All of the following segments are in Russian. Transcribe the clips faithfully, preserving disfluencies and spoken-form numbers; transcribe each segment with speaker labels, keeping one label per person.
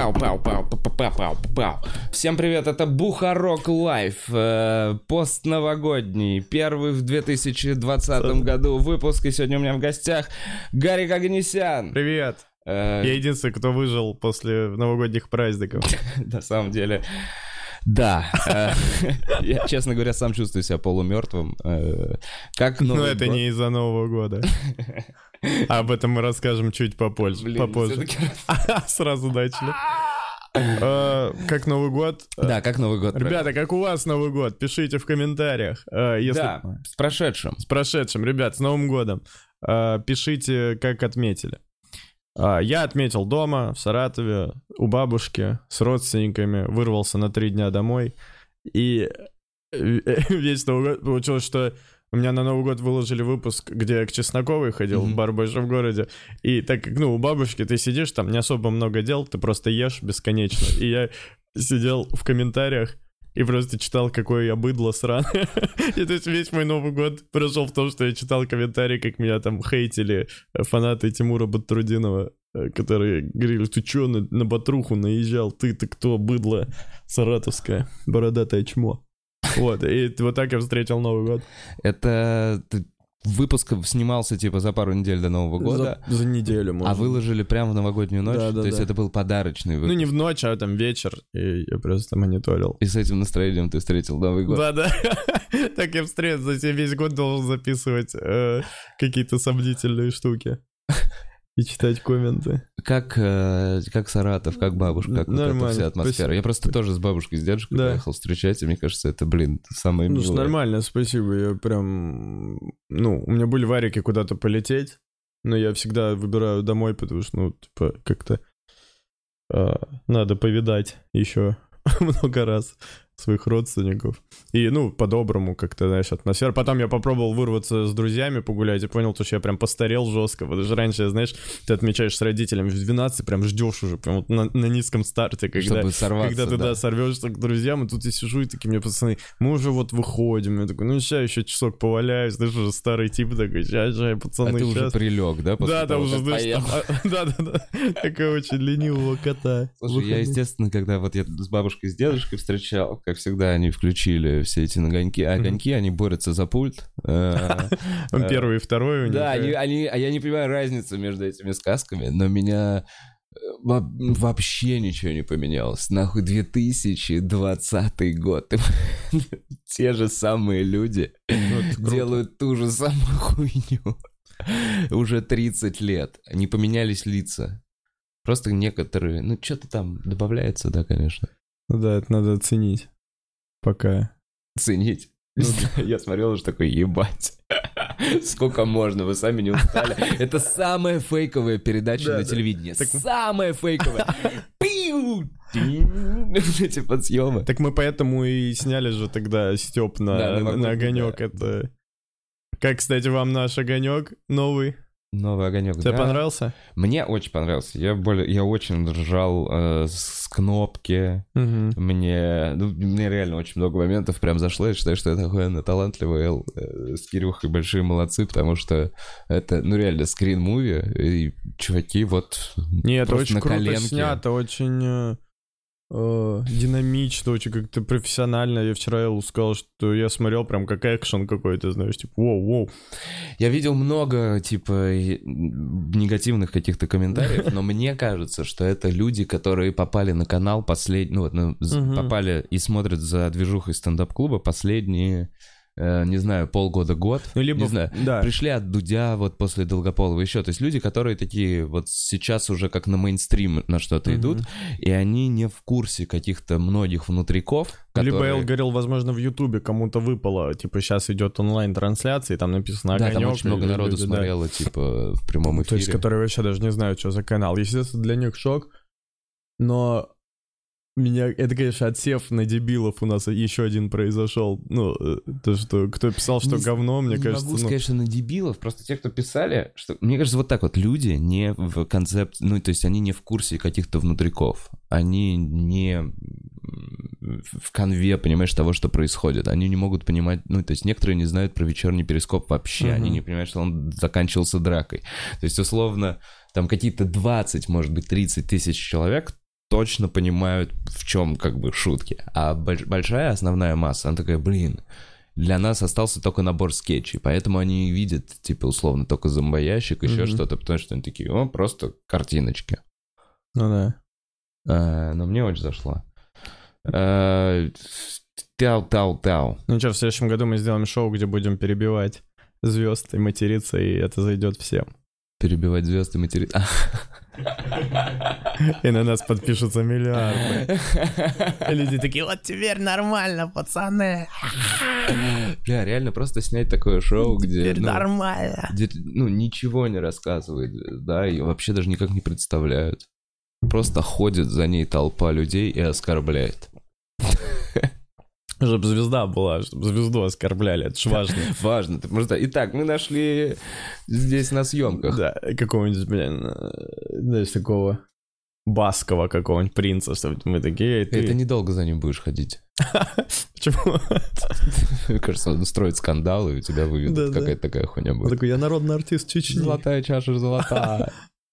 Speaker 1: Пау-пау-пау-пау-пау-пау-пау. Всем привет, это Бухарок Лайв, э, постновогодний, первый в две тысячи двадцатом году выпуск, и сегодня у меня в гостях Гарик Оганесян.
Speaker 2: Привет. Э... Я единственный, кто выжил после новогодних праздников.
Speaker 1: На самом деле... Да, я, честно говоря, сам чувствую себя полумертвым. Как
Speaker 2: Но это год? Не из-за Нового года. Об этом мы расскажем чуть попозже. Блин, попозже. Сразу начали. Как Новый год?
Speaker 1: Да, как Новый год.
Speaker 2: Ребята, как у вас Новый год? Пишите в комментариях. Если...
Speaker 1: Да, с прошедшим.
Speaker 2: С прошедшим, ребят, с Новым годом. Пишите, как отметили. Я отметил дома, в Саратове, у бабушки, с родственниками, вырвался на три дня домой. И весь Новый год получилось, что у меня на Новый год выложили выпуск, где я к Чесноковой ходил, mm-hmm. в бар в большом городе. И так как, ну, у бабушки ты сидишь, там не особо много дел, ты просто ешь бесконечно. И я сидел в комментариях и просто читал, какое я быдло сраное. И то есть весь мой Новый год прошел в том, что я читал комментарии, как меня там хейтили фанаты Тимура Батрудинова, которые говорили: ты чё на, на Батруху наезжал? Ты-то кто, быдло саратовское, бородатое чмо. Вот, и вот так я встретил Новый год.
Speaker 1: Это... Выпуск снимался, типа, за пару недель до Нового года.
Speaker 2: За, за неделю, может.
Speaker 1: А выложили прямо в новогоднюю ночь?
Speaker 2: Да, да,
Speaker 1: То есть
Speaker 2: да.
Speaker 1: это был подарочный выпуск?
Speaker 2: Ну, не в ночь, а там вечер, и я просто мониторил.
Speaker 1: И с этим настроением ты встретил Новый год?
Speaker 2: Да-да. Так я встретил, затем весь год должен записывать э, какие-то сомнительные штуки. И читать комменты.
Speaker 1: Как, э, как Саратов, как бабушка, как вот эта вся атмосфера. Спасибо. Я просто тоже с бабушкой, с дедушкой да. поехал встречать, и мне кажется, это, блин, самое милое.
Speaker 2: Ну, нормально, спасибо. Я прям... Ну, у меня были варики куда-то полететь, но я всегда выбираю домой, потому что, ну, типа, как-то э, надо повидать еще много раз своих родственников. И, ну, по-доброму как-то, знаешь, атмосфера. Потом я попробовал вырваться с друзьями погулять и понял, что я прям постарел жестко. Потому что раньше, знаешь, ты отмечаешь с родителями в двенадцать, прям ждешь уже, прям вот на, на низком старте, когда,
Speaker 1: чтобы сорваться,
Speaker 2: когда ты, да, да сорвешься к друзьям, и тут я сижу, и такие мне пацаны: мы уже вот выходим. Я такой: ну, сейчас еще часок поваляюсь, знаешь, уже старый тип такой: сейчас, сейчас, пацаны,
Speaker 1: а ты
Speaker 2: сейчас.
Speaker 1: уже прилег, да?
Speaker 2: Да, да, уже, знаешь, да-да-да, такая очень ленивого кота.
Speaker 1: Слушай, я, естественно, когда вот я с бабушкой, с дедушкой встречал, как всегда, они включили все эти огоньки. А огоньки, mm-hmm. они борются за пульт.
Speaker 2: Он первый и второй у них.
Speaker 1: Да, они, они, а я не понимаю разницу между этими сказками, но меня вообще ничего не поменялось. Нахуй две тысячи двадцатый год. Те же самые люди делают ту же самую хуйню. Уже тридцать лет. Не поменялись лица. Просто некоторые... Ну, что-то там добавляется, да, конечно.
Speaker 2: Ну да, это надо оценить. Пока.
Speaker 1: Ценить? Ну, я смотрел уже такой: ебать. Сколько можно, вы сами не устали. Это самая фейковая передача да, на да. телевидении. Так... Самая фейковая. Эти подсъемы.
Speaker 2: Так мы поэтому и сняли же тогда Стёп на, да, на, на огонек. Да. Это... Как, кстати, вам наш огонек новый?
Speaker 1: Новый огонек.
Speaker 2: Тебе
Speaker 1: да.
Speaker 2: понравился?
Speaker 1: Мне очень понравился. Я более, я очень ржал э, с кнопки.
Speaker 2: Угу.
Speaker 1: Мне, ну, мне реально очень много моментов прям зашло. Я считаю, что это охуенно талантливый Эл э, с Кирюхой большие молодцы, потому что это, ну, реально скрин-муви. И чуваки вот
Speaker 2: Нет,
Speaker 1: просто
Speaker 2: очень
Speaker 1: на
Speaker 2: круто
Speaker 1: коленке.
Speaker 2: снято, очень... Э, динамично, очень как-то профессионально. Я вчера Эллу сказал, что я смотрел прям как экшен какой-то, знаешь, типа воу-воу.
Speaker 1: Я видел много, типа, негативных каких-то комментариев, но мне кажется, что это люди, которые попали на канал последний, ну вот, ну, uh-huh. попали и смотрят за движухой стендап-клуба последние... не знаю, полгода-год,
Speaker 2: ну, либо,
Speaker 1: не знаю,
Speaker 2: да.
Speaker 1: пришли от Дудя вот после Долгополова еще, то есть люди, которые такие вот сейчас уже как на мейнстрим на что-то mm-hmm. идут, и они не в курсе каких-то многих внутриков, которые...
Speaker 2: Либо Эл говорил, возможно, в Ютубе кому-то выпало, типа сейчас идет онлайн-трансляция, и там написано «Огонек».
Speaker 1: Да, там очень много народу люди, смотрело, да. типа, в прямом эфире.
Speaker 2: То есть, которые вообще даже не знают, что за канал. Естественно, для них шок, но... Меня, это, конечно, отсев на дебилов у нас еще один произошел. Ну, то, что кто писал, что не, говно, мне
Speaker 1: не
Speaker 2: кажется...
Speaker 1: Не могу
Speaker 2: ну...
Speaker 1: сказать, что на дебилов, просто те, кто писали, что... Мне кажется, вот так вот, люди не в концепт... Ну, то есть они не в курсе каких-то внутриков. Они не в конве, понимаешь, того, что происходит. Они не могут понимать... Ну, то есть некоторые не знают про вечерний перископ вообще. Uh-huh. Они не понимают, что он заканчивался дракой. То есть, условно, там какие-то двадцать, может быть, тридцать тысяч человек точно понимают, в чем как бы шутки. А больш- большая основная масса, она такая, блин, для нас остался только набор скетчей, поэтому они видят, типа, условно, только зомбоящик, еще mm-hmm. что-то, потому что они такие, о, просто картиночки.
Speaker 2: Ну да.
Speaker 1: А, но мне очень зашло. Тау-тау-тау.
Speaker 2: Ну что, в следующем году мы сделаем шоу, где будем перебивать звезд и материться, и это зайдет всем.
Speaker 1: Перебивать звезд и материться.
Speaker 2: И на нас подпишутся миллиарды. И люди такие, вот теперь нормально, пацаны.
Speaker 1: Бля, реально просто снять такое шоу, где...
Speaker 2: Теперь ну, нормально.
Speaker 1: Где, ну, ничего не рассказывает, да, и вообще даже никак не представляют. Просто ходит за ней толпа людей и оскорбляет.
Speaker 2: Чтобы звезда была, чтобы звезду оскорбляли, это ж важно.
Speaker 1: Важно. Итак, мы нашли здесь на съемках.
Speaker 2: Да, какого-нибудь, блин, знаешь, такого баского какого-нибудь принца, чтобы мы такие...
Speaker 1: Ты... Это недолго за ним будешь ходить.
Speaker 2: Почему?
Speaker 1: Мне кажется, он устроит скандал, и у тебя выведут, какая-то такая хуйня будет.
Speaker 2: Он такой, я народный артист Чечни.
Speaker 1: Золотая чаша золотая.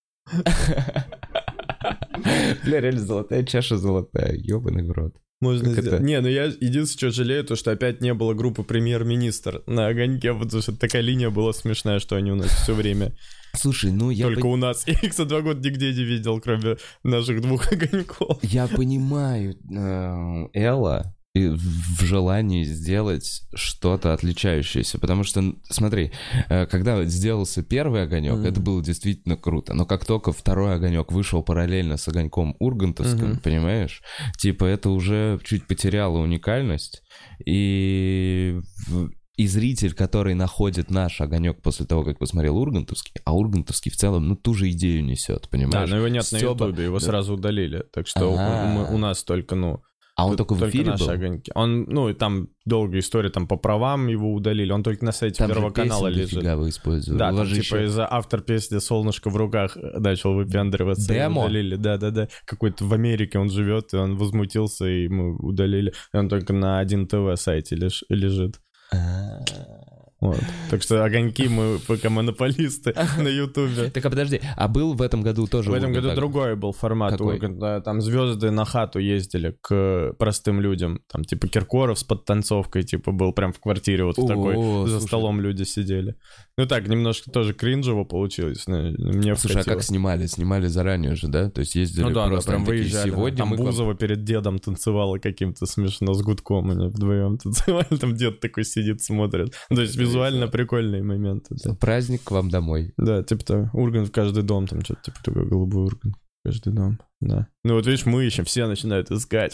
Speaker 1: Бля, реально золотая чаша золотая, ёбаный в рот.
Speaker 2: Можно сделать. Не, ну я единственное, что жалею, то, что опять не было группы «Премьер-министр» на «Огоньке», потому что такая линия была смешная, что они у нас все время...
Speaker 1: Слушай, ну я...
Speaker 2: Только по... у нас. Я их за два года нигде не видел, кроме наших двух огоньков.
Speaker 1: Я понимаю э, Элла и в желании сделать что-то отличающееся, потому что, смотри, э, когда сделался первый огонек, mm-hmm. это было действительно круто, но как только второй огонек вышел параллельно с огоньком ургантовским, mm-hmm. понимаешь, типа это уже чуть потеряло уникальность, и... И зритель, который находит наш огонек после того, как посмотрел ургантовский, а ургантовский в целом, ну, ту же идею несет, понимаешь?
Speaker 2: Да, но его нет Стёба... на Ютубе, его да. сразу удалили, так что у, у нас только, ну...
Speaker 1: А он только в эфире был?
Speaker 2: Огоньки. Он, ну, и там долгая история, там по правам его удалили, он только на сайте там Первого канала лежит.
Speaker 1: Там вы использовали.
Speaker 2: Да, там, типа из-за автор песни «Солнышко в руках» начал выпендриваться.
Speaker 1: Демо?
Speaker 2: Удалили, да-да-да. Какой-то в Америке он живет, и он возмутился, и мы удалили. И он только на один ТВ сайте леж... лежит. Вот. Так что огоньки мы пока монополисты на Ютубе.
Speaker 1: Так, а подожди, а был в этом году тоже...
Speaker 2: В этом году другой был формат. Там звезды на хату ездили к простым людям. Там типа Киркоров с подтанцовкой типа был прям в квартире вот в такой. За столом люди сидели. Ну так, немножко тоже кринжево получилось. Мне
Speaker 1: Слушай, а как снимали? Снимали заранее же, да? То есть ездили
Speaker 2: ну, да,
Speaker 1: просто
Speaker 2: да, прям выезжали.
Speaker 1: Сегодня
Speaker 2: там Бузова перед дедом танцевала каким-то смешно с гудком. Они вдвоем танцевали. Там дед такой сидит, смотрит. То есть визуально прикольные моменты. Да.
Speaker 1: Праздник к вам домой.
Speaker 2: Да, типа то Ургант в каждый дом. Там что-то типа такой голубой Ургант в каждый дом. Да. Ну вот видишь, мы ищем, все начинают искать.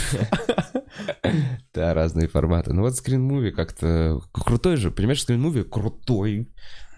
Speaker 1: Да, разные форматы. Ну вот скрин-муви как-то крутой же. Понимаешь, скрин-муви крутой.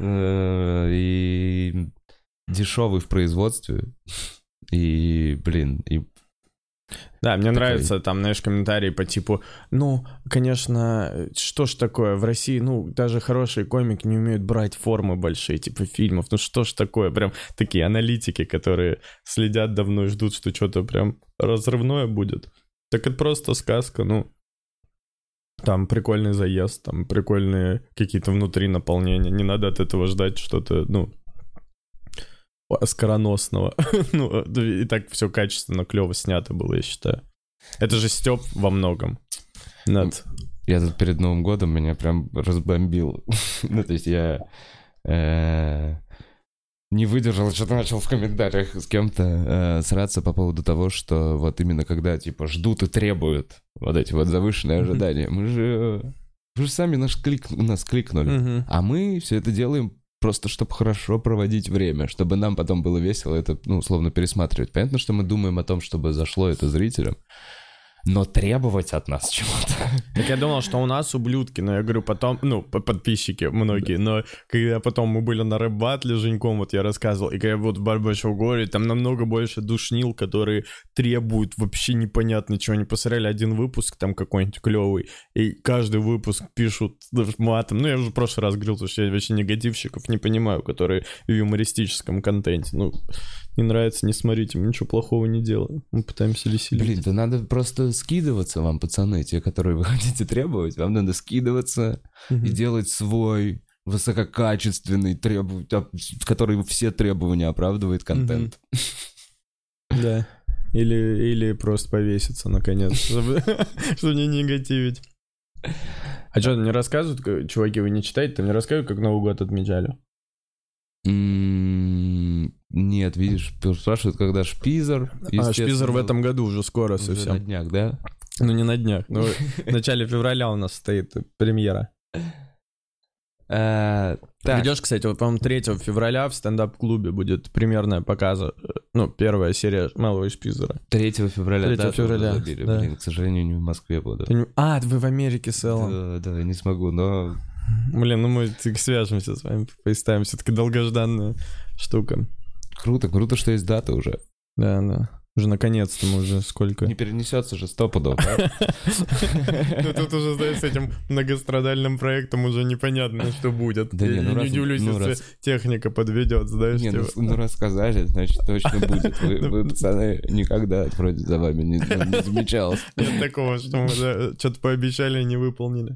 Speaker 1: И дешевый в производстве. И, блин, и...
Speaker 2: Да, мне такой... нравится там, знаешь, комментарии по типу, ну, конечно, что ж такое, в России, ну, даже хорошие комики не умеют брать формы большие, типа фильмов, ну что ж такое, прям такие аналитики, которые следят давно и ждут, что что-то прям разрывное будет. Так это просто сказка, ну, там прикольный заезд, там прикольные какие-то внутри наполнения, не надо от этого ждать что-то, ну... скороносного. Ну, и так все качественно, клево снято было, я считаю. Это же стёб во многом. Над...
Speaker 1: Я тут перед Новым годом меня прям разбомбил. Ну, то есть я э, не выдержал, что-то начал в комментариях с кем-то э, сраться по поводу того, что вот именно когда, типа, ждут и требуют вот эти вот завышенные ожидания. Мы же... Вы же сами наш клик, нас кликнули. А мы все это делаем просто чтобы хорошо проводить время, чтобы нам потом было весело это, ну, условно, пересматривать. Понятно, что мы думаем о том, чтобы зашло это зрителям, но требовать от нас чего-то.
Speaker 2: Так я думал, что у нас ублюдки, но я говорю потом, ну, подписчики многие, да. Но когда потом мы были на рэп-баттле с Женьком, вот я рассказывал, и когда вот в Барбашевом городе, там намного больше душнил, которые требуют вообще непонятно чего. Они посмотрели один выпуск там какой-нибудь клевый, и каждый выпуск пишут матом. Ну, я уже в прошлый раз говорил, что я вообще негативщиков не понимаю, которые в юмористическом контенте. Ну, не нравится, не смотрите, мы ничего плохого не делаем. Мы пытаемся веселить.
Speaker 1: Блин, да надо просто скидываться вам, пацаны, те, которые вы хотите требовать. Вам надо скидываться mm-hmm. и делать свой высококачественный, требу... который все требования оправдывает контент.
Speaker 2: Mm-hmm. Да. Или, или просто повеситься, наконец, чтобы, чтобы не негативить. А что, не рассказывают, чуваки, вы не читаете, там не рассказывают, как Новый год отмечали?
Speaker 1: Mm, нет, видишь, спрашивают, когда Шпизер.
Speaker 2: А, Шпизер в этом году уже скоро
Speaker 1: уже
Speaker 2: совсем.
Speaker 1: на днях, да?
Speaker 2: Ну, не на днях, но в начале февраля у нас стоит премьера.
Speaker 1: А, так.
Speaker 2: Идешь, кстати, вот, по-моему, третьего февраля в стендап-клубе будет премьерная показа, ну, первая серия Малого Шпизера.
Speaker 1: третьего февраля,
Speaker 2: третьего
Speaker 1: да,
Speaker 2: февраля,
Speaker 1: забили.
Speaker 2: Да.
Speaker 1: Блин, к сожалению, не в Москве буду.
Speaker 2: Ты не... А, вы в Америке с Эллом.
Speaker 1: Да, да, я не смогу, но...
Speaker 2: Блин, ну мы свяжемся с вами, поиставим, все-таки долгожданная штука.
Speaker 1: Круто, круто, что есть дата уже.
Speaker 2: Да, да. Уже наконец-то мы уже сколько...
Speaker 1: Не перенесется же сто пудов, да?
Speaker 2: Ну тут уже, знаешь, с этим многострадальным проектом уже непонятно, что будет.
Speaker 1: Да не, ну раз...
Speaker 2: Не удивлюсь, если техника подведет, знаешь.
Speaker 1: Не, ну рассказали, значит, точно будет. Вы, пацаны, никогда вроде за вами не замечалось.
Speaker 2: Нет такого, что мы что-то пообещали и не выполнили.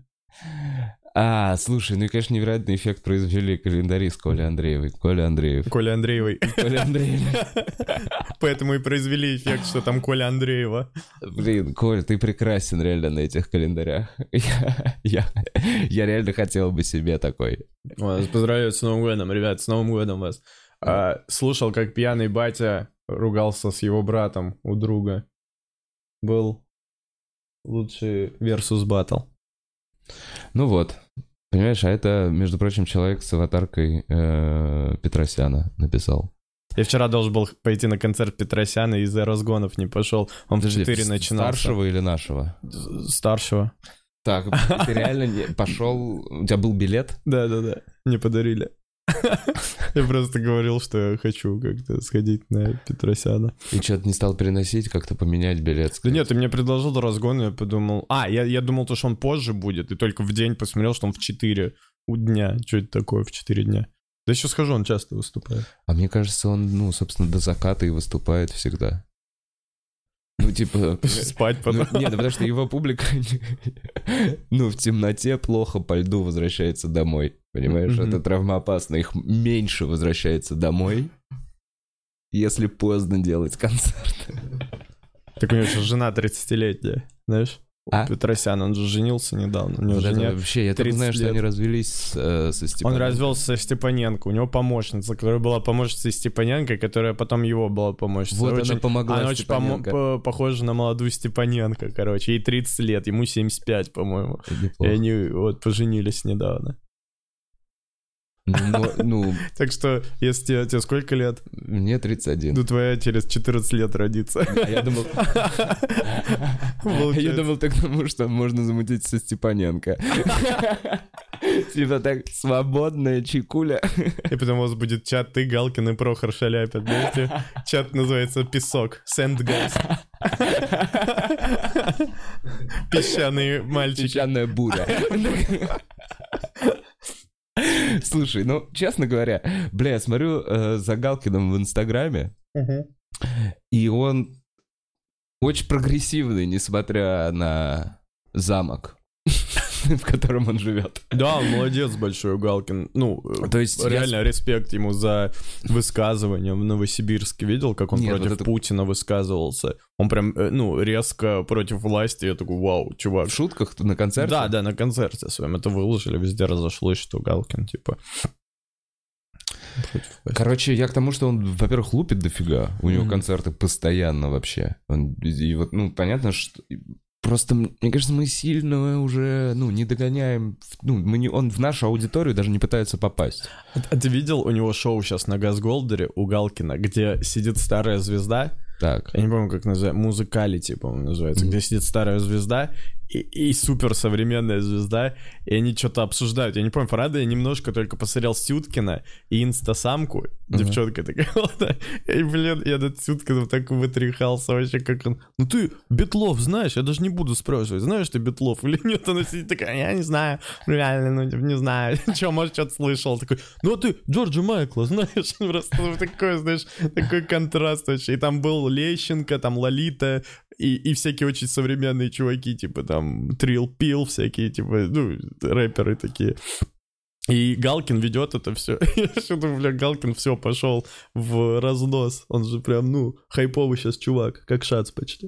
Speaker 1: А, слушай, ну и, конечно, невероятный эффект произвели календари с Колей Андреевой. Коля Андреев.
Speaker 2: Коля Андреевой.
Speaker 1: Коля Андреевой.
Speaker 2: Поэтому и произвели эффект, что там Коля Андреева.
Speaker 1: Блин, Коль, ты прекрасен реально на этих календарях. Я, я, я реально хотел бы себе такой.
Speaker 2: Вас поздравляю с Новым годом, ребят, с Новым годом вас. А, слушал, как пьяный батя ругался с его братом у друга. Был лучший versus battle.
Speaker 1: Ну вот, понимаешь, а это, между прочим, человек с аватаркой э, Петросяна написал.
Speaker 2: Я вчера должен был пойти на концерт Петросяна, и из-за разгонов не пошел. Он в четыре начинался.
Speaker 1: Старшего или нашего?
Speaker 2: Старшего.
Speaker 1: Так, ты реально не пошел... У тебя был билет?
Speaker 2: Да-да-да, не подарили. Я просто говорил, что я хочу как-то сходить на Петросяна.
Speaker 1: И что-то не стал переносить, как-то поменять билет?
Speaker 2: Да нет, ты мне предложил разгон, и я подумал... А, я, я думал, то, что он позже будет, и только в день посмотрел, что он в четыре дня. Что это такое в четыре дня? Да еще схожу, он часто выступает.
Speaker 1: А мне кажется, он, ну, собственно, до заката и выступает всегда. Ну, типа...
Speaker 2: Спать потом.
Speaker 1: Ну, нет, потому что его публика, ну, в темноте плохо по льду возвращается домой. Понимаешь, mm-hmm. это травмоопасно. Их меньше возвращается домой, если поздно делать концерт.
Speaker 2: Так у него сейчас жена тридцатилетняя, знаешь?
Speaker 1: А?
Speaker 2: Петросян, он же женился недавно. У него
Speaker 1: да,
Speaker 2: жене
Speaker 1: вообще, я только знаю,
Speaker 2: лет.
Speaker 1: что они развелись с, э, со Степаненко.
Speaker 2: Он развелся со Степаненко. У него помощница, которая была помощницей Степаненко, которая потом его была помощницей.
Speaker 1: Вот
Speaker 2: очень,
Speaker 1: она помогла
Speaker 2: Она очень помо- по- похожа на молодую Степаненко, короче. Ей тридцать лет, ему семьдесят пять, по-моему.
Speaker 1: Неплохо.
Speaker 2: И они вот поженились недавно.
Speaker 1: Ну, ну,
Speaker 2: так что, если тебе, тебе сколько лет?
Speaker 1: Мне тридцать один.
Speaker 2: Ну, твоя через четырнадцать лет родится.
Speaker 1: А я думал... Я думал так тому, что можно замутить со Степаненко. Типа так, свободная чекуля.
Speaker 2: И потом у вас будет чат, ты, Галкин и Прохор шаляпят вместе. Чат называется «Песок». Sand Guys. Песчаные мальчики.
Speaker 1: Песчаная буря. Слушай, ну, честно говоря, бля, я смотрю э, за Галкиным в Инстаграме,
Speaker 2: uh-huh.
Speaker 1: и он очень прогрессивный, несмотря на замок, в котором он живет.
Speaker 2: Да, он молодец большой, Галкин. Ну,
Speaker 1: то есть
Speaker 2: реально я... респект ему за высказывание в Новосибирске. Видел, как он Нет, против вот это... Путина высказывался? Он прям, ну, резко против власти. Я такой, вау, чувак.
Speaker 1: В шутках на концерте?
Speaker 2: Да, да, на концерте своем. Это выложили, везде разошлось, что Галкин, типа...
Speaker 1: Короче, я к тому, что он, во-первых, лупит дофига. У него mm-hmm. концерты постоянно вообще. Он, и вот, ну, понятно, что... Просто, мне кажется, мы сильно уже, ну, не догоняем, ну, мы не, он в нашу аудиторию даже не пытается попасть.
Speaker 2: А, а ты видел у него шоу сейчас на Газголдере у Галкина, где сидит старая звезда?
Speaker 1: Так.
Speaker 2: Я не помню, как называется, музыкалити, по-моему, называется, mm-hmm. где сидит старая звезда и, и суперсовременная звезда, и они что-то обсуждают. Я не помню, правда, я немножко только посмотрел Сюткина и инстасамку, mm-hmm. девчонка такая вот, и, блин, я над Сюткиным так вытряхался вообще, как он... Ну ты Бетлов знаешь? Я даже не буду спрашивать, знаешь ты Бетлов или нет? Она сидит такая, я не знаю, реально, ну, не знаю, что, может, что-то слышал. Такой, ну а ты Джорджа Майкла знаешь? Просто такой, знаешь, такой контраст вообще. И там был Лещенко, там Лолита и, и всякие очень современные чуваки, типа там Трил Пил, всякие, типа, ну, рэперы такие. И Галкин ведет это все. Я что думаю, бля, Галкин все, пошел в разнос. Он же прям, ну, хайповый сейчас чувак, как Шац почти.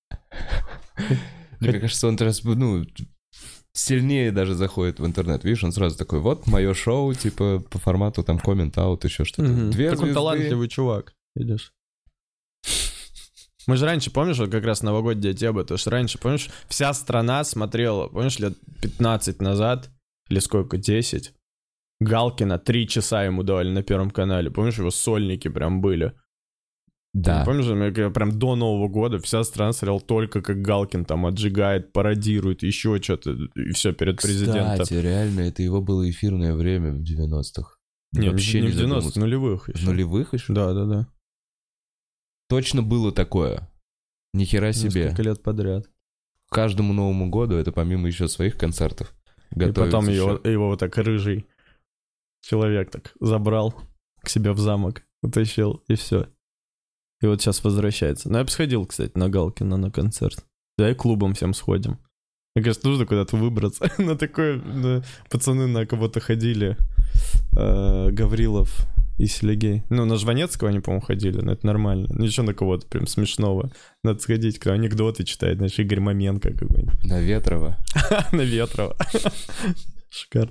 Speaker 1: Мне кажется, он раз, ну, сильнее даже заходит в интернет. Видишь, он сразу такой, вот, мое шоу, типа, по формату там коммент-аут, еще что-то.
Speaker 2: Угу.
Speaker 1: Две
Speaker 2: Такой
Speaker 1: звезды.
Speaker 2: талантливый чувак, видишь. Мы же раньше, помнишь, вот как раз новогодняя тема, то что раньше, помнишь, вся страна смотрела, помнишь, лет пятнадцать назад, или сколько, десять, Галкина три часа ему давали на Первом канале, помнишь, его сольники прям были.
Speaker 1: Да.
Speaker 2: Помнишь, мы прям до Нового года вся страна смотрела только как Галкин там отжигает, пародирует, еще что-то, и все перед президентом.
Speaker 1: Кстати, реально, это его было эфирное время в девяностых.
Speaker 2: Не,
Speaker 1: Вообще
Speaker 2: не,
Speaker 1: не
Speaker 2: в девяностых, нулевых еще.
Speaker 1: В нулевых еще?
Speaker 2: Да, да, да.
Speaker 1: Точно было такое. Ни хера себе.
Speaker 2: Несколько лет подряд.
Speaker 1: К каждому Новому году, это помимо еще своих концертов,
Speaker 2: и потом его,
Speaker 1: еще.
Speaker 2: его вот так рыжий человек так забрал к себе в замок, утащил, и все. И вот сейчас возвращается. Ну, я бы сходил, кстати, на Галкина на концерт. Да и клубом всем сходим. Мне кажется, нужно куда-то выбраться. На такое... на- Пацаны на кого-то ходили. Э, Гаврилов и Селигей. Ну, на Жванецкого они, по-моему, ходили, но это нормально. Ну, еще на кого-то прям смешного. Надо сходить, кто анекдоты читает, знаешь, Игорь Маменко какой-нибудь.
Speaker 1: На Ветрова.
Speaker 2: На Ветрова. Шикарно.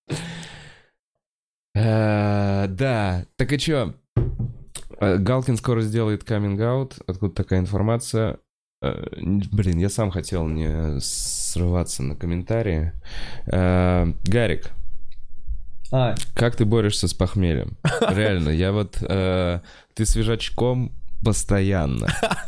Speaker 1: Э, Да, так и чё? Э, Галкин скоро сделает каминг-аут. Откуда такая информация? Э, Блин, я сам хотел не срываться на комментарии. Э, Гарик,
Speaker 2: А,
Speaker 1: как ты борешься с похмельем? Реально, я вот... э, Ты свежачком постоянно.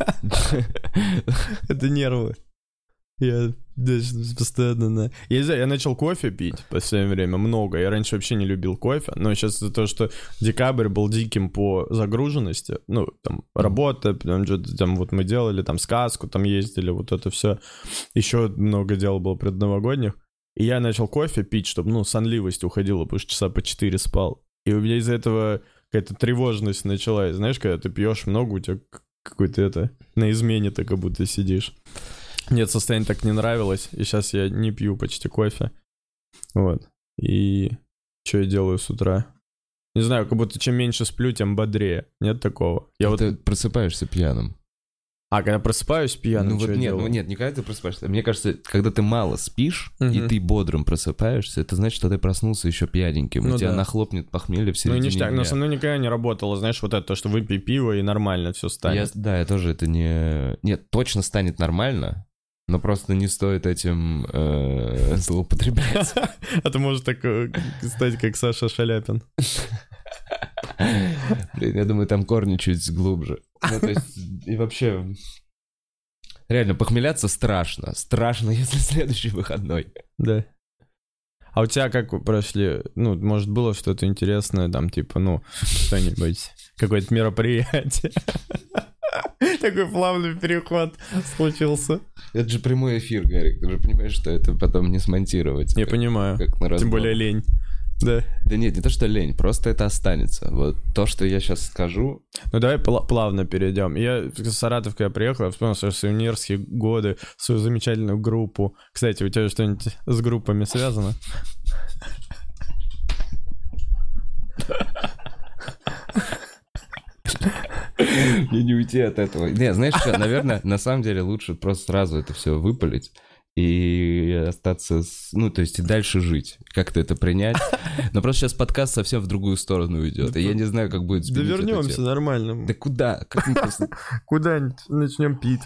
Speaker 2: это нервы. Я даже постоянно на... Я не знаю, я начал кофе пить в последнее время много. Я раньше вообще не любил кофе, но сейчас из-за того, что декабрь был диким по загруженности, ну, там, работа, там, что-то там вот мы делали, там, сказку, там ездили, вот это все. Еще много дел было предновогодних. И я начал кофе пить, чтобы, ну, сонливость уходила, потому что часа по четыре спал. И у меня из-за этого какая-то тревожность началась. Знаешь, когда ты пьешь много, у тебя какой-то это... На измене ты как будто сидишь. Мне это состояние так не нравилось, и сейчас я не пью почти кофе. Вот. И что я делаю с утра? Не знаю, как будто чем меньше сплю, тем бодрее. Нет такого? Я вот...
Speaker 1: Ты просыпаешься пьяным.
Speaker 2: А, когда просыпаюсь пьяным,
Speaker 1: Ну
Speaker 2: что
Speaker 1: вот
Speaker 2: я
Speaker 1: нет,
Speaker 2: делаю?
Speaker 1: ну нет, не когда ты просыпаешься. Мне кажется, когда ты мало спишь, и
Speaker 2: Мгм.
Speaker 1: ты бодрым просыпаешься, это значит, что ты проснулся еще пьяненьким.
Speaker 2: Ну
Speaker 1: У тебя
Speaker 2: да.
Speaker 1: нахлопнет похмелье в
Speaker 2: Ну,
Speaker 1: середине
Speaker 2: ништяк,
Speaker 1: дня.
Speaker 2: но со мной никогда не работало, знаешь, вот это, то, что выпей пиво и нормально все
Speaker 1: Я-
Speaker 2: станет.
Speaker 1: да, я тоже это не... Нет, точно станет нормально, но просто не стоит этим э, злоупотреблять.
Speaker 2: А то может так э, стать, как Саша Шаляпин.
Speaker 1: Блин, я думаю, там корни чуть глубже. Ну, то есть, и вообще... Реально, похмеляться страшно. Страшно, если следующий выходной.
Speaker 2: Да. А у тебя как прошли, ну, может, было что-то интересное, там, типа, ну, что-нибудь, какое-то мероприятие? Такой плавный переход случился.
Speaker 1: Это же прямой эфир, Гарик. Ты же понимаешь, что это потом не смонтировать.
Speaker 2: Я
Speaker 1: как-
Speaker 2: понимаю.
Speaker 1: как на
Speaker 2: Тем
Speaker 1: разбор.
Speaker 2: более лень. Да.
Speaker 1: Да нет, не то, что лень, просто это останется. Вот то, что я сейчас скажу...
Speaker 2: Ну, давай пла- плавно перейдем. Я в Саратов, когда приехал, я вспомнил свои юниорские годы, свою замечательную группу. Кстати, у тебя что-нибудь с группами связано?
Speaker 1: Мне не уйти от этого. Не, знаешь что, наверное, на самом деле лучше просто сразу это все выпалить и остаться, с... ну, то есть и дальше жить, как-то это принять. Но просто сейчас подкаст совсем в другую сторону уйдет, и я не знаю, как будет
Speaker 2: Да
Speaker 1: сменить эту
Speaker 2: вернемся
Speaker 1: тему.
Speaker 2: нормально.
Speaker 1: Да куда? Как мы просто-
Speaker 2: Куда-нибудь начнем пить.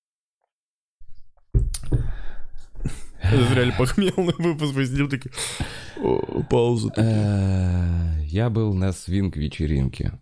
Speaker 2: Это реально похмельный выпуск, мы сидим такие... «О, пауза.
Speaker 1: Э, Я был на свинг-вечеринке.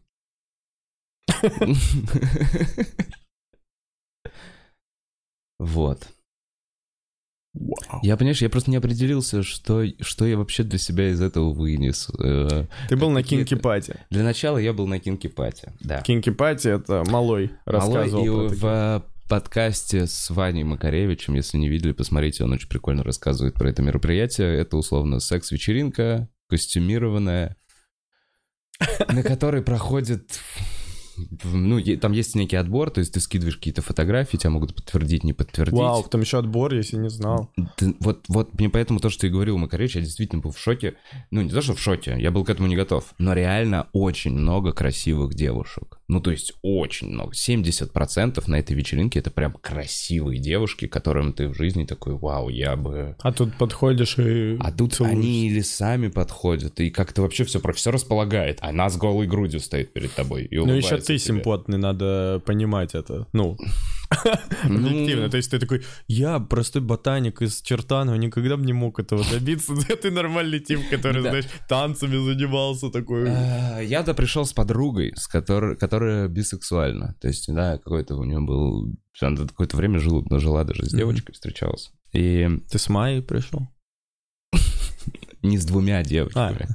Speaker 1: Вот.
Speaker 2: Вау.
Speaker 1: Я, понимаешь, я просто не определился, что, что я вообще для себя из этого вынес. Э,
Speaker 2: Ты был на
Speaker 1: какие-то-
Speaker 2: кинки-пати.
Speaker 1: Для начала я был на кинки-пати, да.
Speaker 2: Кинки-пати — это Малой рассказывал
Speaker 1: Малой,
Speaker 2: про
Speaker 1: и
Speaker 2: такие.
Speaker 1: в подкасте с Ваней Макаревичем, если не видели, посмотрите, он очень прикольно рассказывает про это мероприятие. Это условно секс-вечеринка, костюмированная, на которой проходит ну, там есть некий отбор, то есть ты скидываешь какие-то фотографии, тебя могут подтвердить, не подтвердить.
Speaker 2: Вау, там еще отбор, если не знал.
Speaker 1: Ты, вот, вот мне поэтому то, что ты говорил, Макаревич, я действительно был в шоке. Ну, не то, что в шоке, я был к этому не готов. Но реально очень много красивых девушек. Ну, то есть очень много. семьдесят процентов на этой вечеринке это прям красивые девушки, которым ты в жизни такой, вау, я бы...
Speaker 2: А тут подходишь и
Speaker 1: А тут
Speaker 2: целуешься.
Speaker 1: Они или сами подходят, и как-то вообще все, все располагает. Она с голой грудью стоит перед тобой и
Speaker 2: Ну, еще ты
Speaker 1: тебе.
Speaker 2: симпотный, надо понимать это. Ну, объективно. То есть ты такой, я простой ботаник из Чертанова, никогда бы не мог этого добиться. Ты нормальный тип, который, знаешь, танцами занимался такой.
Speaker 1: Я-то пришел с подругой, с которой, которая бисексуальна. То есть, да, какой-то у нее был... Она какое-то время жила, жила даже с девочкой, встречалась. И...
Speaker 2: Ты с Майей пришел?
Speaker 1: Не с двумя девочками.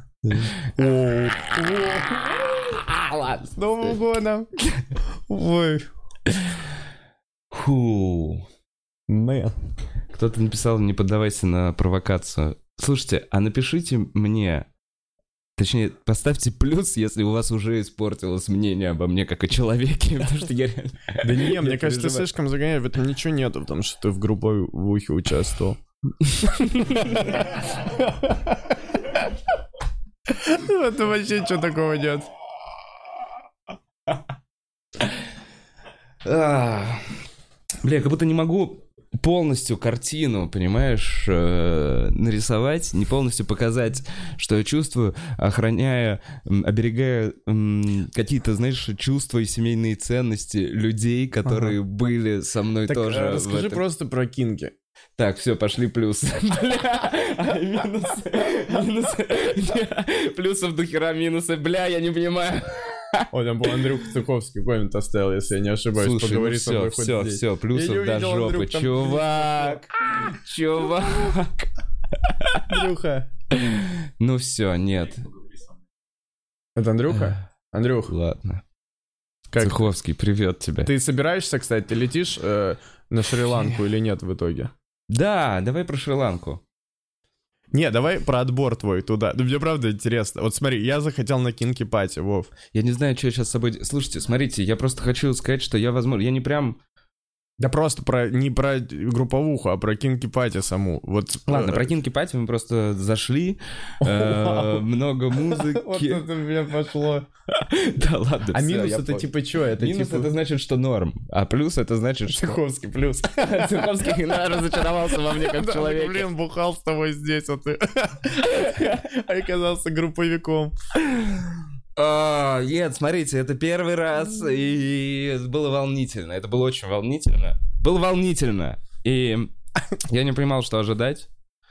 Speaker 2: Ладно, с Новым годом. Ой.
Speaker 1: Фу.
Speaker 2: Мэн.
Speaker 1: Кто-то написал, не поддавайся на провокацию. Слушайте, а напишите мне, точнее, поставьте плюс, если у вас уже испортилось мнение обо мне как о человеке, потому что я реально...
Speaker 2: Да не, мне кажется, ты слишком загоняешь, в этом ничего нету, потому что ты в групповухе участвовал. В этом вообще ничего такого нет.
Speaker 1: Бля, как будто не могу полностью картину, понимаешь, э, нарисовать, не полностью показать, что я чувствую, охраняя, оберегая м, какие-то, знаешь, чувства и семейные ценности людей, которые ага. были со мной
Speaker 2: так,
Speaker 1: тоже.
Speaker 2: Так, расскажи
Speaker 1: этом...
Speaker 2: просто про кинки.
Speaker 1: Так, все, пошли плюсы. Бля, минусы, минусы. Плюсов до хера минусы. Бля, я не понимаю.
Speaker 2: Ой, там был Андрюха Цуховский, коммент оставил, если я не ошибаюсь.
Speaker 1: Слушай,
Speaker 2: поговори
Speaker 1: ну
Speaker 2: со мной
Speaker 1: все, все,
Speaker 2: здесь.
Speaker 1: все, плюсов до жопы.
Speaker 2: Андрюх, там...
Speaker 1: Чувак, чувак.
Speaker 2: Андрюха.
Speaker 1: Ну все, нет.
Speaker 2: Это Андрюха? Андрюх.
Speaker 1: Ладно.
Speaker 2: Как?
Speaker 1: Цуховский, привет тебе.
Speaker 2: Ты собираешься, кстати, ты летишь э, на Шри-Ланку или нет в итоге?
Speaker 1: Да, давай про Шри-Ланку.
Speaker 2: Не, давай про отбор твой туда. Ну, мне правда интересно. Вот смотри, я захотел на кинки-пати, Вов.
Speaker 1: Я не знаю, что я сейчас с собой... Слушайте, смотрите, я просто хочу сказать, что я, возможно... Я не прям...
Speaker 2: Да просто про не про групповуху, а про кинки-пати саму. Вот.
Speaker 1: Ладно, про кинки-пати мы просто зашли, много музыки.
Speaker 2: Вот это у меня пошло.
Speaker 1: Да ладно,
Speaker 2: а минус это типа что? Это
Speaker 1: минус это значит, что норм, а плюс это значит, что...
Speaker 2: Цуховский плюс.
Speaker 1: Цуховский разочаровался во мне как человек.
Speaker 2: Блин, бухал с тобой здесь, а ты... А оказался групповиком.
Speaker 1: Oh, нет, смотрите, это первый раз, и было волнительно, это было очень волнительно. Было волнительно, и я не понимал, что ожидать.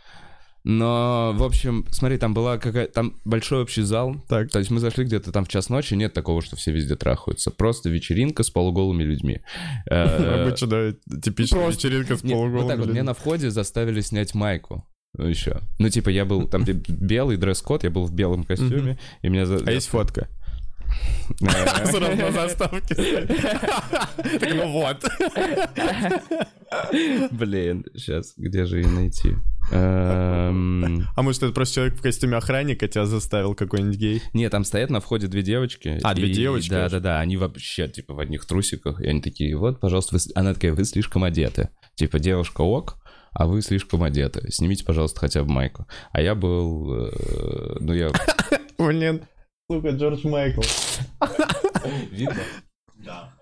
Speaker 1: Но, в общем, смотри, там была какая-то... Там большой общий зал.
Speaker 2: Так.
Speaker 1: То есть мы зашли где-то там в час ночи, нет такого, что все везде трахаются. Просто вечеринка с полуголыми людьми.
Speaker 2: Обычно, да, типичная вечеринка с полуголыми людьми.
Speaker 1: Вот так вот, мне на входе заставили снять майку. Еще. Ну, типа, я был там белый дресс-код, я был в белом костюме, и меня...
Speaker 2: А есть фотка? Сразу на заставке. Так, ну вот.
Speaker 1: Блин, сейчас, где же ее найти?
Speaker 2: А может, это просто человек в костюме охранника тебя заставил, какой-нибудь гей?
Speaker 1: Не, там стоят на входе две девочки.
Speaker 2: А, две девочки?
Speaker 1: Да-да-да, они вообще, типа, в одних трусиках, и они такие, вот, пожалуйста, она такая, вы слишком одеты. Типа, девушка ок, а вы слишком одеты. Снимите, пожалуйста, хотя бы майку. А я был... Э, ну, я...
Speaker 2: Блин, сука, Джордж Майкл.
Speaker 1: Видно?
Speaker 3: Да.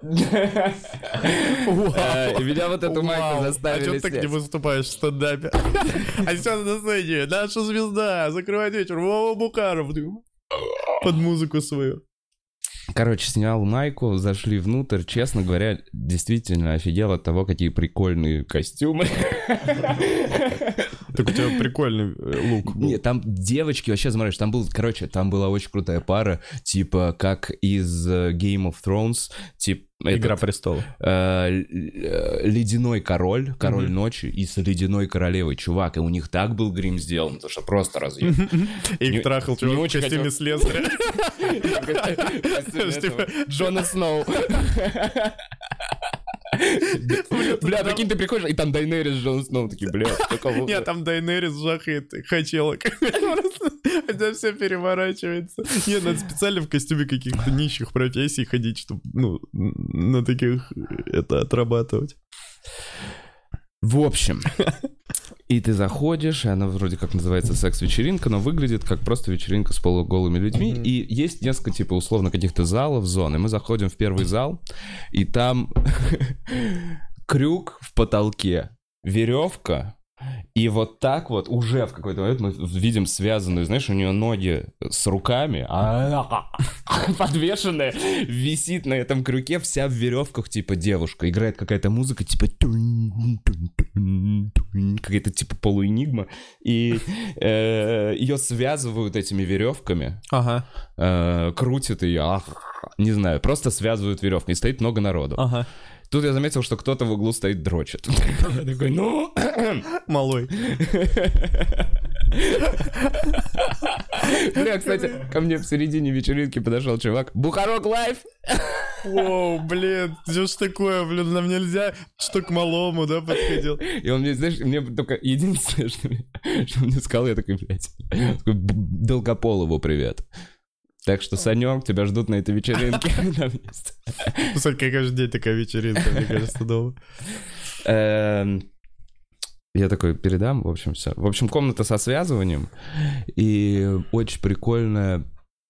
Speaker 1: Меня вот эту майку заставили снять.
Speaker 2: А что ты так не выступаешь в стендапе? А сейчас на сцене наша звезда, закрывает вечер, Вова Бухаров. Под музыку свою.
Speaker 1: Короче, снял майку, зашли внутрь. Честно говоря, действительно офигел от того, какие прикольные костюмы.
Speaker 2: Так у тебя прикольный лук был.
Speaker 1: Нет, там девочки вообще, смотришь, там был, короче, там была очень крутая пара, типа, как из Game of Thrones, типа...
Speaker 2: Игра престолов.
Speaker 1: Э, ледяной король, король mm-hmm. ночи, и с ледяной королевой, чувак, и у них так был грим сделан, потому что просто разъем.
Speaker 2: Их трахал чувак в костюме слесаря.
Speaker 1: Джона Сноу. Бля, прикинь, ты приходишь, и там Дайнерис с Джон Сноу, такие, бля, какого?
Speaker 2: Нет, там Дайнерис жахает хачелок. Хотя все переворачивается. Нет, надо специально в костюме каких-то нищих профессий ходить, чтобы, ну, на таких это отрабатывать.
Speaker 1: В общем, и ты заходишь, и она вроде как называется секс-вечеринка, но выглядит как просто вечеринка с полуголыми людьми. Mm-hmm. И есть несколько, типа, условно, каких-то залов, зон. И мы заходим в первый зал, и там крюк в потолке, веревка, и вот так вот уже в какой-то момент мы видим связанную, знаешь, у нее ноги с руками, а подвешенная, висит на этом крюке, вся в веревках, типа девушка. Играет какая-то музыка, типа какая-то типа полуэнигма, и э, ее связывают этими веревками,
Speaker 2: ага.
Speaker 1: э, крутят ее, ах, не знаю, просто связывают веревкой, и стоит много народу.
Speaker 2: Ага.
Speaker 1: Тут я заметил, что кто-то в углу стоит, дрочит. Я такой, ну...
Speaker 2: Малой.
Speaker 1: Бля, кстати, ко мне в середине вечеринки подошел чувак. Бухарок лайф!
Speaker 2: Воу, блин, что ж такое, блин, нам нельзя, что к малому, да, подходил.
Speaker 1: И он мне, знаешь, мне только единственное, что, что он мне сказал, я такой, блядь, такой, Долгополову привет. Так что, Санёк, тебя ждут на этой вечеринке.
Speaker 2: Кстати, каждый день такая вечеринка, мне кажется, дома.
Speaker 1: Я такой, передам, в общем, все. В общем, комната со связыванием. И очень прикольная...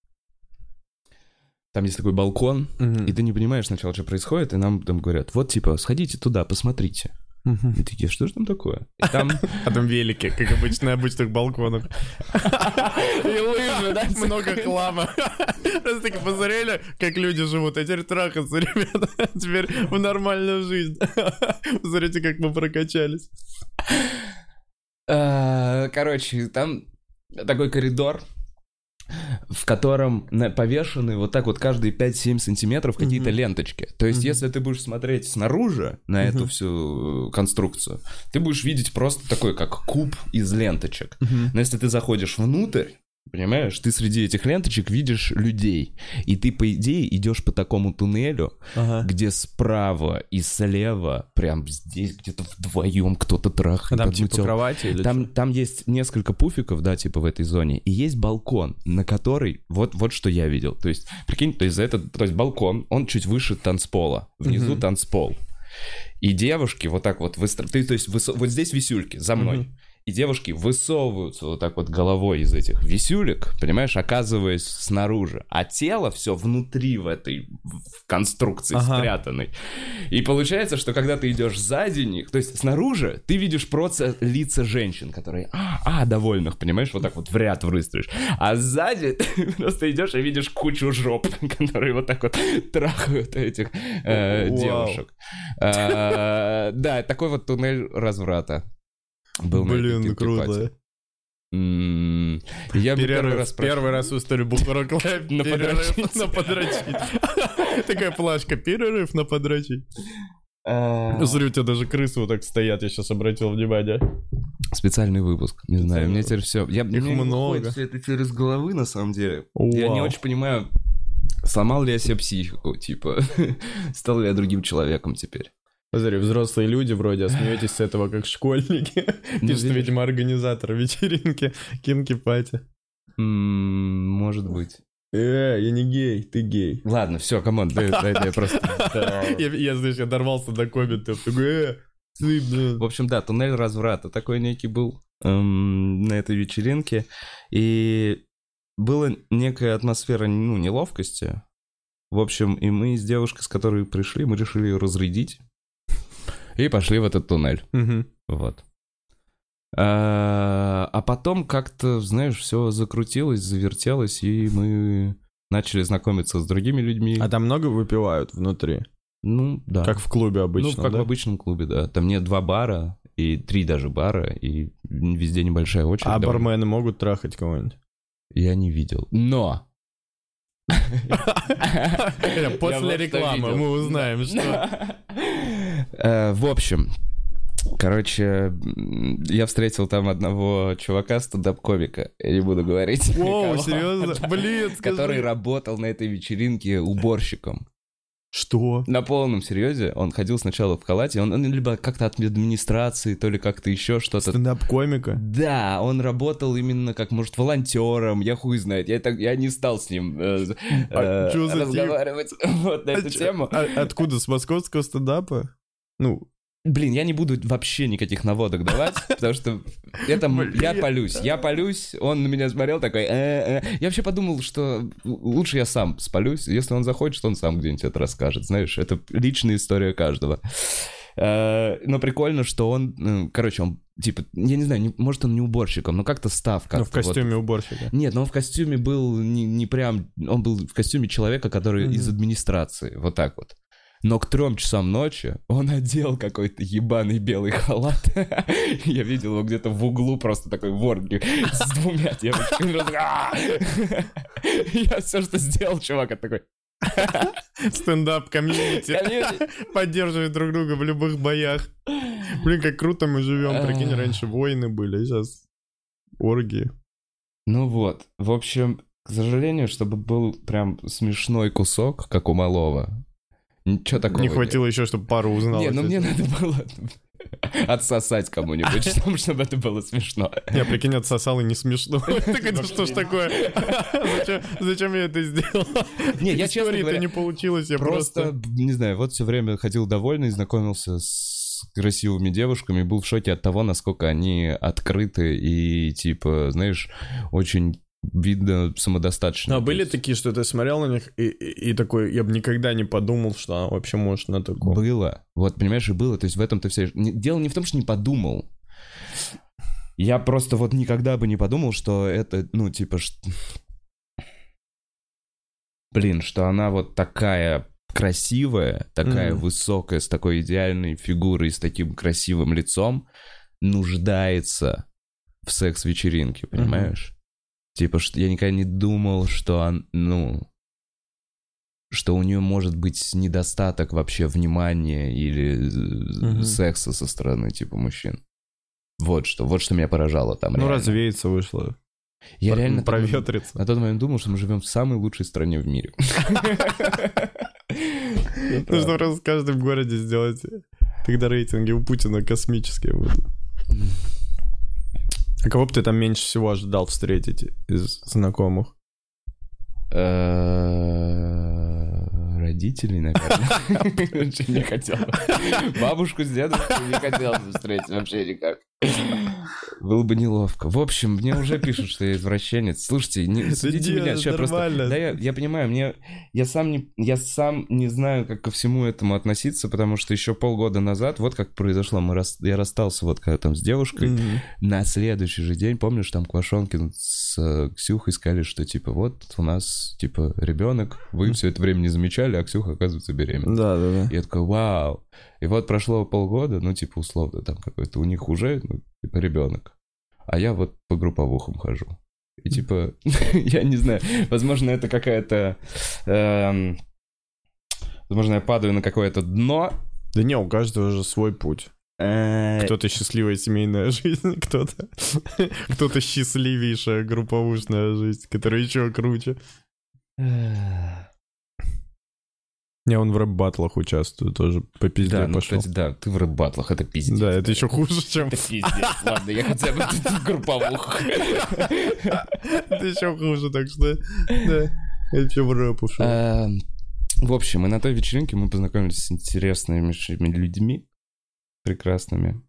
Speaker 1: Там есть такой балкон, и ты не понимаешь сначала, что происходит, и нам там говорят, вот, типа, сходите туда, посмотрите. Uh-huh. И такие, что же там такое? И там...
Speaker 2: А там велики, как обычно на обычных балконах.
Speaker 1: И лыжи, да?
Speaker 2: Много хлама. Просто таки посмотрели, как люди живут, а теперь трахаться, ребята. Теперь в нормальную жизнь. Посмотрите, как мы прокачались.
Speaker 1: Короче, там такой коридор, в котором повешены вот так вот каждые пять-семь сантиметров какие-то mm-hmm. ленточки. То есть, mm-hmm. если ты будешь смотреть снаружи на mm-hmm. эту всю конструкцию, ты будешь видеть просто такой, как куб из ленточек. Mm-hmm. Но если ты заходишь внутрь, понимаешь, ты среди этих ленточек видишь людей. И ты, по идее, идешь по такому туннелю, ага. где справа и слева, прям здесь где-то вдвоем кто-то трахает.
Speaker 2: А там типа тел... кровати? Или
Speaker 1: там, там есть несколько пуфиков, да, типа в этой зоне. И есть балкон, на который... Вот, вот что я видел. То есть, прикинь, то есть, за этот, то есть балкон, он чуть выше танцпола. Внизу mm-hmm. танцпол. И девушки вот так вот... Выстро... Ты, то есть, высо... вот здесь висюльки, за мной. Mm-hmm. И девушки высовываются вот так вот головой из этих висюлек, понимаешь, оказываясь снаружи. А тело все внутри в этой в конструкции ага. спрятанной. И получается, что когда ты идешь сзади них, то есть снаружи ты видишь просто лица женщин, которые а, а довольных, понимаешь, вот так вот в ряд выстроишь. А сзади ты просто идешь и видишь кучу жоп, которые вот так вот трахают этих э, девушек. Э, да, такой вот туннель разврата. Был
Speaker 2: Блин, на круто.
Speaker 1: Mm, я
Speaker 2: перерыв, первый раз, первый раз в истории Бухарок Лайф на перерыв на подрочить. Такая плашка, перерыв на подрочить. Смотри, у тебя даже крысы вот так стоят, я сейчас обратил внимание.
Speaker 1: Специальный выпуск, не знаю, у меня теперь все. Я,
Speaker 2: Их много.
Speaker 1: Все это через головы, на самом деле. Я не очень понимаю, сломал ли я себе психику, типа, стал ли я другим человеком теперь.
Speaker 2: Смотри, взрослые люди вроде, а смеетесь с этого как школьники. Пишет, видимо, организатор вечеринки кинки-пати.
Speaker 1: Может быть.
Speaker 2: Э, я не гей, ты гей.
Speaker 1: Ладно, все, камон, дай я просто...
Speaker 2: Я, знаешь, я дорвался до комментов, такой, э, ты, блин.
Speaker 1: В общем, да, туннель разврата такой некий был на этой вечеринке. И была некая атмосфера, ну, неловкости. В общем, и мы с девушкой, с которой пришли, мы решили ее разрядить. И пошли в этот туннель.
Speaker 2: Угу.
Speaker 1: Вот. А, а потом как-то, знаешь, все закрутилось, завертелось, и мы начали знакомиться с другими людьми.
Speaker 2: А там много выпивают внутри?
Speaker 1: Ну, да.
Speaker 2: Как в клубе обычно,
Speaker 1: Ну, как
Speaker 2: да?
Speaker 1: в обычном клубе, да. Там нет два бара, и три даже бара, и везде небольшая очередь.
Speaker 2: А довольно. Бармены могут трахать кого-нибудь?
Speaker 1: Я не видел. Но...
Speaker 2: После рекламы мы узнаем, что...
Speaker 1: В общем, короче, я встретил там одного чувака, стендап-комика, я не буду говорить.
Speaker 2: О, серьезно? Блин,
Speaker 1: который работал на этой вечеринке уборщиком.
Speaker 2: Что?
Speaker 1: На полном серьезе, он ходил сначала в халате, он, он либо как-то от администрации, то ли как-то еще что-то.
Speaker 2: Стендап-комика?
Speaker 1: Да, он работал именно как, может, волонтером, я хуй знает, я, так, я не стал с ним э,
Speaker 2: А
Speaker 1: э,
Speaker 2: чё за
Speaker 1: разговаривать вот на
Speaker 2: А
Speaker 1: эту
Speaker 2: чё-
Speaker 1: тему.
Speaker 2: а- откуда? С московского стендапа? Ну,
Speaker 1: Блин, я не буду вообще никаких наводок давать, потому что это м-
Speaker 2: Блин.
Speaker 1: я палюсь, я палюсь, он на меня смотрел такой, «Э-э». Я вообще подумал, что лучше я сам спалюсь, если он захочет, он сам где-нибудь это расскажет, знаешь, это личная история каждого. Э, Но прикольно, что он, ну, короче, он, типа, я не знаю, не- может, он не уборщиком, но как-то став как-то.
Speaker 2: ну, в костюме
Speaker 1: вот.
Speaker 2: уборщика.
Speaker 1: Нет, но он в костюме был не, не прям, он был в костюме человека, который
Speaker 2: Мгм.
Speaker 1: из администрации, вот так вот. Но к трем часам ночи он одел какой-то ебаный белый халат. Я видел его где-то в углу, просто такой ворги с двумя девочками. Я все, что сделал, чувак, это такой...
Speaker 2: Стендап-комьюнити. Поддерживают друг друга в любых боях. Блин, как круто мы живем. Прикинь, раньше войны были, а сейчас оргии.
Speaker 1: Ну вот, в общем, к сожалению, чтобы был прям смешной кусок, как у малого, ничего такого
Speaker 2: Не
Speaker 1: нет.
Speaker 2: хватило еще, чтобы пару узнал.
Speaker 1: Не, ну мне надо было отсосать кому-нибудь, чтобы, чтобы это было смешно.
Speaker 2: Я, прикинь, отсосал и не смешно. Так это что ж такое? Зачем- Зачем я это сделал?
Speaker 1: Не, я, честно
Speaker 2: Истории-то
Speaker 1: говоря,
Speaker 2: не получилось, я
Speaker 1: просто,
Speaker 2: просто...
Speaker 1: не знаю, вот все время ходил довольный, знакомился с красивыми девушками, был в шоке от того, насколько они открыты и, типа, знаешь, очень видно самодостаточно.
Speaker 2: А были такие, что ты смотрел на них и, и, и такой, я бы никогда не подумал, что она вообще может на таком.
Speaker 1: Было. Вот, понимаешь, и было. То есть в этом-то все... Не- Дело не в том, что не подумал. Я просто вот никогда бы не подумал, что это, ну, типа... ш- Блин, что она вот такая красивая, такая
Speaker 2: Мгм.
Speaker 1: высокая, с такой идеальной фигурой, с таким красивым лицом, нуждается в секс-вечеринке, понимаешь? Типа, что я никогда не думал, что он, ну... что у нее может быть недостаток вообще внимания или э,
Speaker 2: Мгм.
Speaker 1: секса со стороны, типа, мужчин. Вот что, вот что меня поражало там.
Speaker 2: Ну,
Speaker 1: реально.
Speaker 2: развеяться вышло.
Speaker 1: Я
Speaker 2: Про-
Speaker 1: реально на тот момент-
Speaker 2: проветриться.
Speaker 1: на тот момент думал, что мы живем в самой лучшей стране в мире.
Speaker 2: Нужно просто в каждом городе сделать, когда рейтинги у Путина космические будут. А кого бы ты там меньше всего ожидал встретить из знакомых?
Speaker 1: Э, Родителей, наверное. Очень не хотел. Бабушку с дедушкой не хотел бы встретить вообще никак. Было бы неловко. В общем, мне уже пишут, что я извращенец. Слушайте, не судите
Speaker 2: нет,
Speaker 1: меня. Сейчас просто...
Speaker 2: нормально.
Speaker 1: Да, я, я понимаю, мне... Я сам, не... я сам не знаю, как ко всему этому относиться, потому что еще полгода назад, вот как произошло, мы рас... я расстался вот когда там с девушкой,
Speaker 2: Мгм.
Speaker 1: на следующий же день, помнишь, там Квашонкин с э, Ксюхой сказали, что типа вот у нас типа ребенок, вы все это время не замечали, а Ксюха, оказывается, беременна.
Speaker 2: Да, да, да.
Speaker 1: И я такой, вау. И вот прошло полгода, ну типа условно там какой-то у них уже, ну, типа ребенок. А я вот по групповухам хожу. И типа, я не знаю, возможно, это какая-то... эм, возможно, я падаю на какое-то дно.
Speaker 2: Да не, у каждого же свой путь.
Speaker 1: Э,
Speaker 2: Кто-то счастливая семейная жизнь, кто-то кто-то счастливейшая групповушная жизнь, которая еще круче.
Speaker 1: э,
Speaker 2: Не, он в рэп-баттлах участвует, тоже по пизде
Speaker 1: Да, ну,
Speaker 2: пошел.
Speaker 1: кстати, да, ты в рэп-баттлах, это пиздец.
Speaker 2: Да, это еще хуже, чем...
Speaker 1: Это пиздец. Ладно, я хотя бы тут в групповухах.
Speaker 2: Это еще хуже, так что... Да, я еще в рэп ушел.
Speaker 1: Эм, В общем, и на той вечеринке мы познакомились с интересными людьми, прекрасными.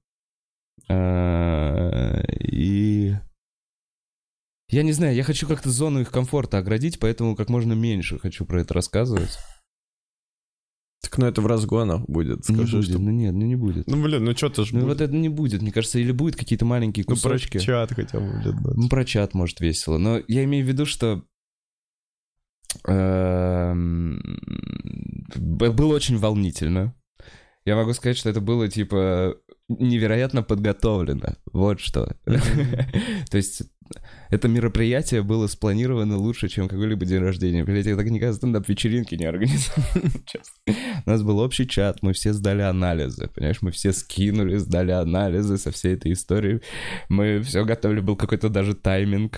Speaker 1: Э, И... Я не знаю, я хочу как-то зону их комфорта оградить, поэтому как можно меньше хочу про это рассказывать.
Speaker 2: Так, ну это в разгонах будет,
Speaker 1: Не
Speaker 2: скажи,
Speaker 1: будет,
Speaker 2: что...
Speaker 1: ну нет, ну не будет.
Speaker 2: Ну, блин, ну что-то ж
Speaker 1: Ну
Speaker 2: будет.
Speaker 1: вот это не будет, мне кажется, или будет какие-то маленькие
Speaker 2: Ну, про
Speaker 1: кусочки.
Speaker 2: чат хотя бы, блин, да.
Speaker 1: Ну, про чат, может, весело. Но я имею в виду, что эм, б- было очень волнительно. Я могу сказать, что это было, типа, невероятно подготовлено. Вот что. То есть это мероприятие было спланировано лучше, чем какой-либо день рождения. Блядь, я так никогда стендап-вечеринки не организовал. Честно. У нас был общий чат, мы все сдали анализы, понимаешь? Мы все скинули, сдали анализы со всей этой историей. Мы все готовили, был какой-то даже тайминг.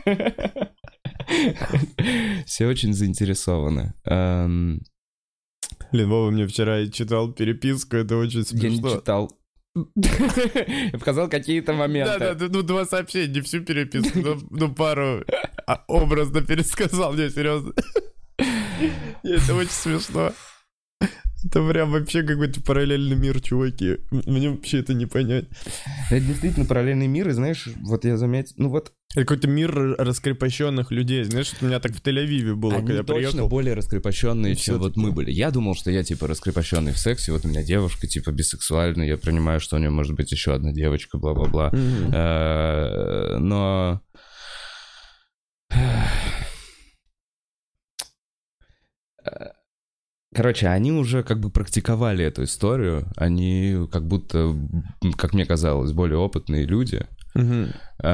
Speaker 1: Все очень заинтересованы. Эм,
Speaker 2: Блин, Вова мне вчера читал переписку, это очень смешно.
Speaker 1: Я не читал. Я показал какие-то моменты.
Speaker 2: Да-да, ну два сообщения, не всю переписку, но, ну пару а, образно пересказал, не, серьезно. Это очень смешно. Это прям вообще какой-то параллельный мир, чуваки. Мне вообще это не понять.
Speaker 1: Это действительно параллельный мир, и знаешь, вот я заметил, ну вот...
Speaker 2: Это какой-то мир раскрепощенных людей. Знаешь, у меня так в Тель-Авиве было,
Speaker 1: Они
Speaker 2: когда я
Speaker 1: точно
Speaker 2: приехал.
Speaker 1: более раскрепощенные, чем вот мы были. Я думал, что я, типа, раскрепощенный в сексе, вот у меня девушка, типа, бисексуальная, я понимаю, что у нее может быть еще одна девочка, бла-бла-бла. Mm-hmm. Но... Короче, они уже как бы практиковали эту историю, они как будто, как мне казалось, более опытные люди.
Speaker 2: Угу.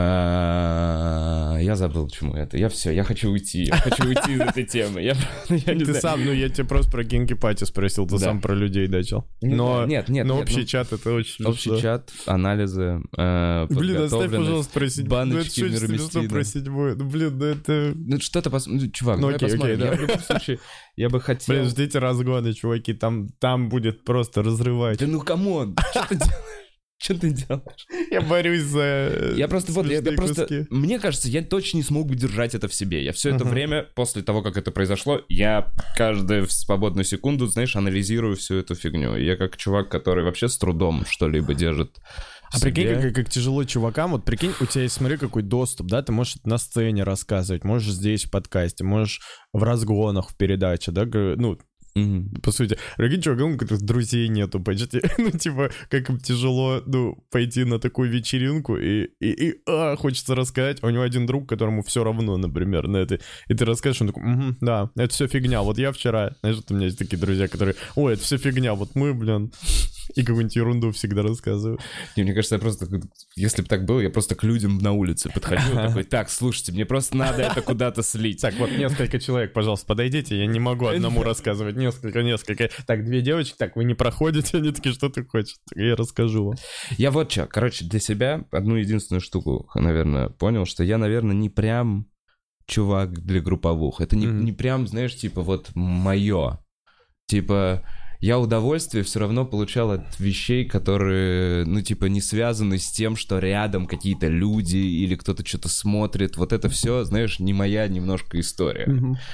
Speaker 1: Я забыл, почему это. Я все, я хочу уйти, я хочу уйти из этой темы. Я, я не
Speaker 2: ты
Speaker 1: знаю.
Speaker 2: сам, ну я тебя просто про Кинки Пати спросил, ты да. сам про людей начал.
Speaker 1: Но нет, нет,
Speaker 2: но
Speaker 1: нет,
Speaker 2: общий
Speaker 1: ну,
Speaker 2: чат это очень смешно.
Speaker 1: Общий чат, анализы, э,
Speaker 2: блин, оставь, пожалуйста, про седьмую.
Speaker 1: Баночки
Speaker 2: ну, это смешно про седьмую. Ну, блин, ну это...
Speaker 1: Ну, что-то пос... ну, чувак,
Speaker 2: ну,
Speaker 1: давай
Speaker 2: окей,
Speaker 1: посмотрим.
Speaker 2: Окей,
Speaker 1: я
Speaker 2: да.
Speaker 1: в любом случае, я бы хотел...
Speaker 2: Блин, ждите разгоны, чуваки, там, там будет просто разрывать.
Speaker 1: Да ну, камон, что ты делаешь? Что ты делаешь?
Speaker 2: Я борюсь за...
Speaker 1: Я просто, вот, я, я просто... Мне кажется, я точно не смог бы держать это в себе. Я все это uh-huh. время, после того, как это произошло, я каждую свободную секунду, знаешь, анализирую всю эту фигню. Я как чувак, который вообще с трудом что-либо держит в
Speaker 2: А
Speaker 1: себе.
Speaker 2: прикинь, как, как тяжело чувакам. Вот прикинь, у тебя есть, смотри, какой доступ, да? Ты можешь на сцене рассказывать, можешь здесь в подкасте, можешь в разгонах, в передаче, да? Ну... Mm-hmm. По сути, прикинь, чувакам, у которых друзей нету, почти, ну, типа, как им тяжело, ну, пойти на такую вечеринку, и, и, и а, хочется рассказать, а у него один друг, которому все равно, например, на это, и ты расскажешь, он такой, угу, да, это все фигня, вот я вчера, знаешь, вот у меня есть такие друзья, которые, ой, это все фигня, вот мы, блин, и какую-нибудь ерунду всегда рассказываю.
Speaker 1: Не, мне кажется, я просто, если бы так было, я просто к людям на улице подходил, такой, так, слушайте, мне просто надо это куда-то слить.
Speaker 2: Так, вот несколько человек, пожалуйста, подойдите, я не могу одному рассказывать, несколько, несколько. Так, две девочки, так, вы не проходите, они такие, что ты хочешь? Я расскажу вам.
Speaker 1: Я вот что, короче, для себя одну единственную штуку, наверное, понял, что я, наверное, не прям чувак для групповух. Это не, mm-hmm. не прям, знаешь, типа вот мое. Типа... Я удовольствие все равно получал от вещей, которые, ну, типа, не связаны с тем, что рядом какие-то люди или кто-то что-то смотрит. Вот это все, знаешь, не моя немножко история.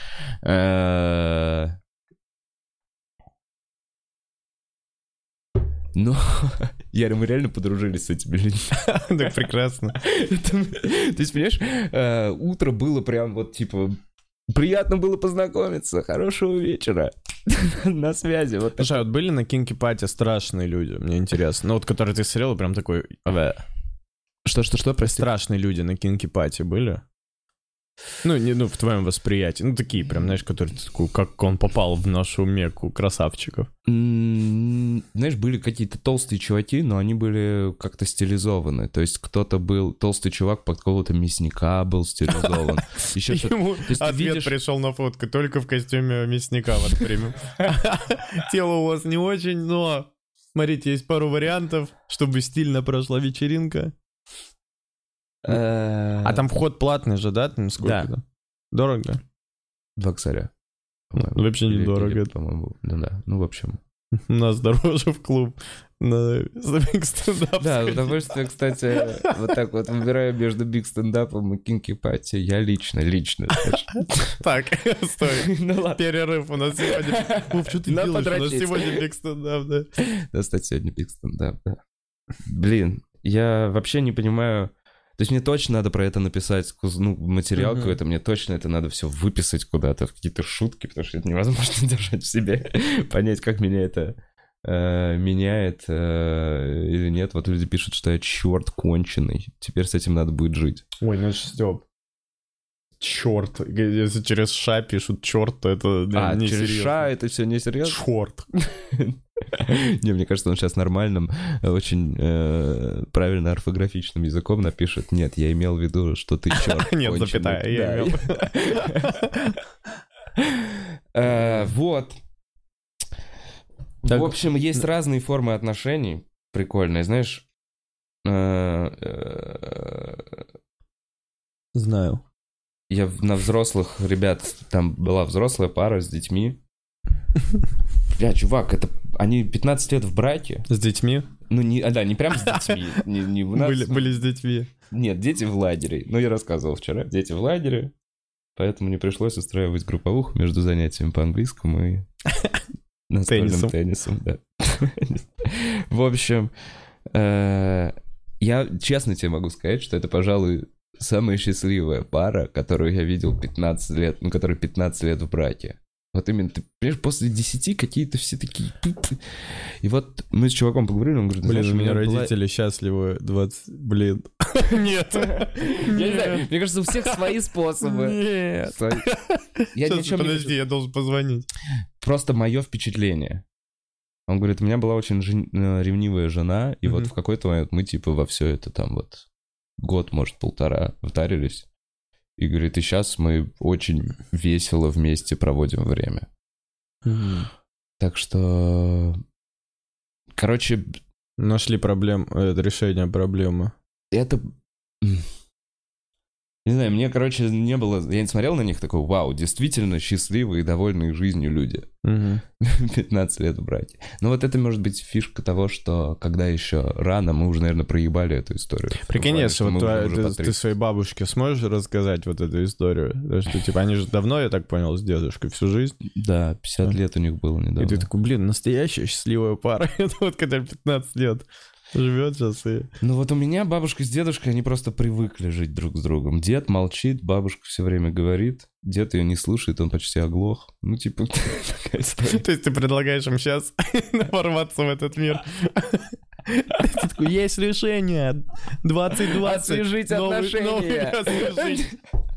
Speaker 1: Но, Яра, мы реально подружились с этими людьми.
Speaker 2: Так прекрасно.
Speaker 1: То есть, понимаешь, утро было прям вот, типа... Приятно было познакомиться. Хорошего вечера. На связи. Вот.
Speaker 2: Слушай, вот были на Кинки Пати страшные люди? Мне интересно. Ну вот, которые ты смотрел, прям такой...
Speaker 1: Что-что-что, прости?
Speaker 2: Страшные люди на Кинки Пати были? Ну, не, ну, в твоем восприятии. Ну, такие прям, знаешь, которые такой, как он попал в нашу мекку красавчиков.
Speaker 1: Mm, знаешь, были какие-то толстые чуваки, но они были как-то стилизованы. То есть кто-то был... Толстый чувак под какого-то мясника был стилизован. Еще
Speaker 2: Ему ответ пришел на фотку, только в костюме мясника вот примем. Тело у вас не очень, но... Смотрите, есть пару вариантов, чтобы стильно прошла вечеринка. А там вход платный же, да? Там сколько? Да. Дорого?
Speaker 1: Два косаря.
Speaker 2: Вообще недорого.
Speaker 1: Или, по-моему, да-да. Ну, в общем.
Speaker 2: У нас дороже в клуб на биг стендап.
Speaker 1: Да, удовольствие, кстати, вот так вот выбираю между биг стендапом и Кинки Пати. Я лично, лично.
Speaker 2: Так, стой. Перерыв у нас сегодня. Уф, что ты делаешь? У нас сегодня биг стендап, да?
Speaker 1: Да, кстати, сегодня биг стендап, да. Блин, я вообще не понимаю... То есть мне точно надо про это написать, ну, материал uh-huh. какой-то, мне точно это надо все выписать куда-то в какие-то шутки, потому что это невозможно держать в себе, понять, как меня это э, меняет э, или нет. Вот люди пишут, что я черт конченый, теперь с этим надо будет жить.
Speaker 2: Ой, ну Стёп. Черт. Если через ша пишут черт, то это да,
Speaker 1: а,
Speaker 2: не
Speaker 1: через
Speaker 2: серьезно.
Speaker 1: ша это все не серьезно?
Speaker 2: Черт.
Speaker 1: Не, мне кажется, он сейчас нормальным, очень э, правильно орфографичным языком напишет. Нет, я имел в виду, что ты черт.
Speaker 2: Нет, запятая, я имел.
Speaker 1: Вот. В общем, есть разные формы отношений прикольные, знаешь.
Speaker 2: Знаю.
Speaker 1: Я на взрослых, ребят, там была взрослая пара с детьми. Бля, чувак, это... Они пятнадцать лет в браке.
Speaker 2: С детьми?
Speaker 1: Ну, не, а, да, не прям с детьми. Не, не у нас.
Speaker 2: Были, были с детьми.
Speaker 1: Нет, дети в лагере. Ну, я рассказывал вчера. Дети в лагере. Поэтому не пришлось устраивать групповуху между занятиями по английскому и настольным теннисом. Да. В общем, я честно тебе могу сказать, что это, пожалуй, самая счастливая пара, которую я видел пятнадцать лет, ну, которая пятнадцать лет в браке. Вот именно, ты понимаешь, после десяти какие-то все такие... И вот мы с чуваком поговорили, он говорит...
Speaker 2: Блин, у меня родители была... счастливы двадцать... Блин. Нет.
Speaker 1: Я не знаю, мне кажется, у всех свои способы.
Speaker 2: Нет. Сейчас, подожди, я должен позвонить.
Speaker 1: Просто мое впечатление. Он говорит, у меня была очень ревнивая жена, и вот в какой-то момент мы типа во все это там вот год, может, полтора вдарились. И говорит, и сейчас мы очень весело вместе проводим время. Mm-hmm. Так что... Короче...
Speaker 2: Нашли проблем... Это решение проблемы.
Speaker 1: Это... Не знаю, мне, короче, не было... Я не смотрел на них такой, вау, действительно счастливые и довольные жизнью люди.
Speaker 2: Mm-hmm.
Speaker 1: пятнадцать лет в браке. Ну вот это может быть фишка того, что когда еще рано, мы уже, наверное, проебали эту историю.
Speaker 2: Прикинь, если вот твоя, ты, ты своей бабушке сможешь рассказать вот эту историю? Потому что, типа, они же давно, я так понял, с дедушкой всю жизнь.
Speaker 1: Да, пятьдесят а? лет у них было недавно.
Speaker 2: И ты такой, блин, настоящая счастливая пара. Это вот когда пятнадцать лет живет сейчас и...
Speaker 1: Ну вот у меня бабушка с дедушкой, они просто привыкли жить друг с другом. Дед молчит, бабушка все время говорит. Дед ее не слушает, он почти оглох. Ну типа такая история.
Speaker 2: То есть ты предлагаешь им сейчас ворваться в этот мир? Ты такой, есть решение. двадцать двадцать.
Speaker 1: Освежить отношения.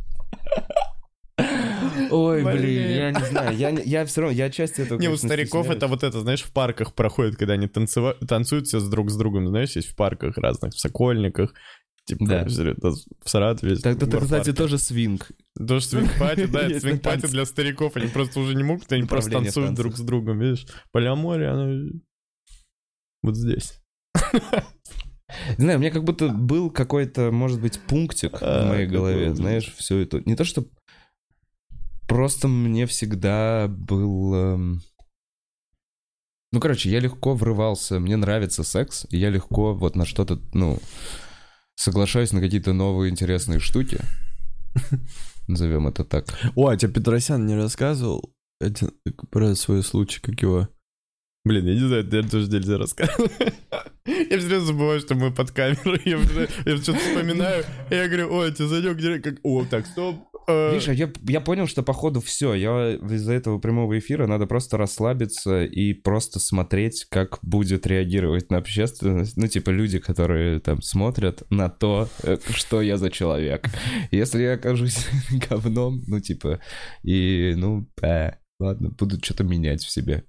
Speaker 1: Ой, блин, я не знаю, я, я все равно, я отчасти этого...
Speaker 2: Не, у стариков стесняюсь. Это вот это, знаешь, в парках проходит, когда они танцева... танцуют все с друг с другом, знаешь, есть в парках разных, в Сокольниках, типа,
Speaker 1: да.
Speaker 2: в Саратове.
Speaker 1: Так, это, кстати, тоже свинг.
Speaker 2: Тоже свинг-пати, да, это свинг-пати для стариков, они просто уже не могут, они просто танцуют друг с другом, видишь. Полиамория, оно вот здесь.
Speaker 1: Не знаю, у меня как будто был какой-то, может быть, пунктик в моей голове, знаешь, все это. Не то, что... Просто мне всегда был... Эм... Ну, короче, я легко врывался, мне нравится секс, и я легко вот на что-то, ну, соглашаюсь на какие-то новые интересные штуки. Назовем это так.
Speaker 2: О, а тебе Петросян не рассказывал это, про свой случай, как его... Блин, я не знаю, это тоже нельзя рассказывать. Я все время забываю, что мы под камерой. Я, я что-то вспоминаю, и я говорю, ой, ты Санек, как... О, так, стоп.
Speaker 1: Видишь, я, я понял, что походу все. Я из-за этого прямого эфира надо просто расслабиться и просто смотреть, как будет реагировать на общественность. Ну, типа люди, которые там смотрят на то, что я за человек. Если я окажусь говном, ну, типа, и, ну, э, ладно, буду что-то менять в себе.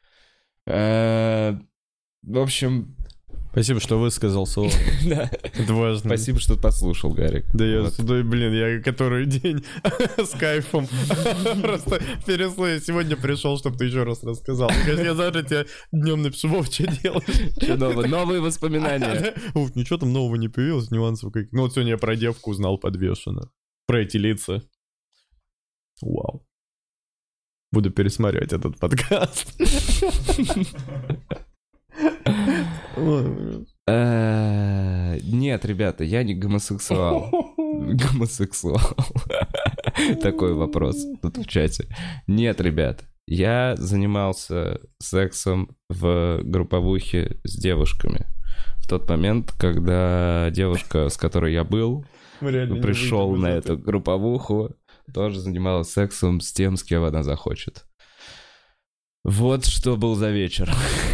Speaker 1: Э, в общем...
Speaker 2: Спасибо, что высказал слово.
Speaker 1: Да.
Speaker 2: Это важно.
Speaker 1: Спасибо, что послушал, Гарик.
Speaker 2: Да я сюда, блин, я который день с кайфом просто переслаю. Сегодня пришел, чтобы ты еще раз рассказал. Я завтра тебе днем напишу, Вов, что делаешь?
Speaker 1: Что новое? Новые воспоминания.
Speaker 2: Вов, ничего там нового не появилось, нюансов каких. Ну вот сегодня я про девку узнал подвешенно. Про эти лица. Вау. Буду пересматривать этот подкаст.
Speaker 1: Нет, ребята, я не гомосексуал. Гомосексуал. Такой вопрос тут в чате. Нет, ребят, я занимался сексом в групповухе с девушками. В тот момент, когда девушка, с которой я был, пришел на эту групповуху, тоже занималась сексом с тем, с кем она захочет. Вот что был за вечер.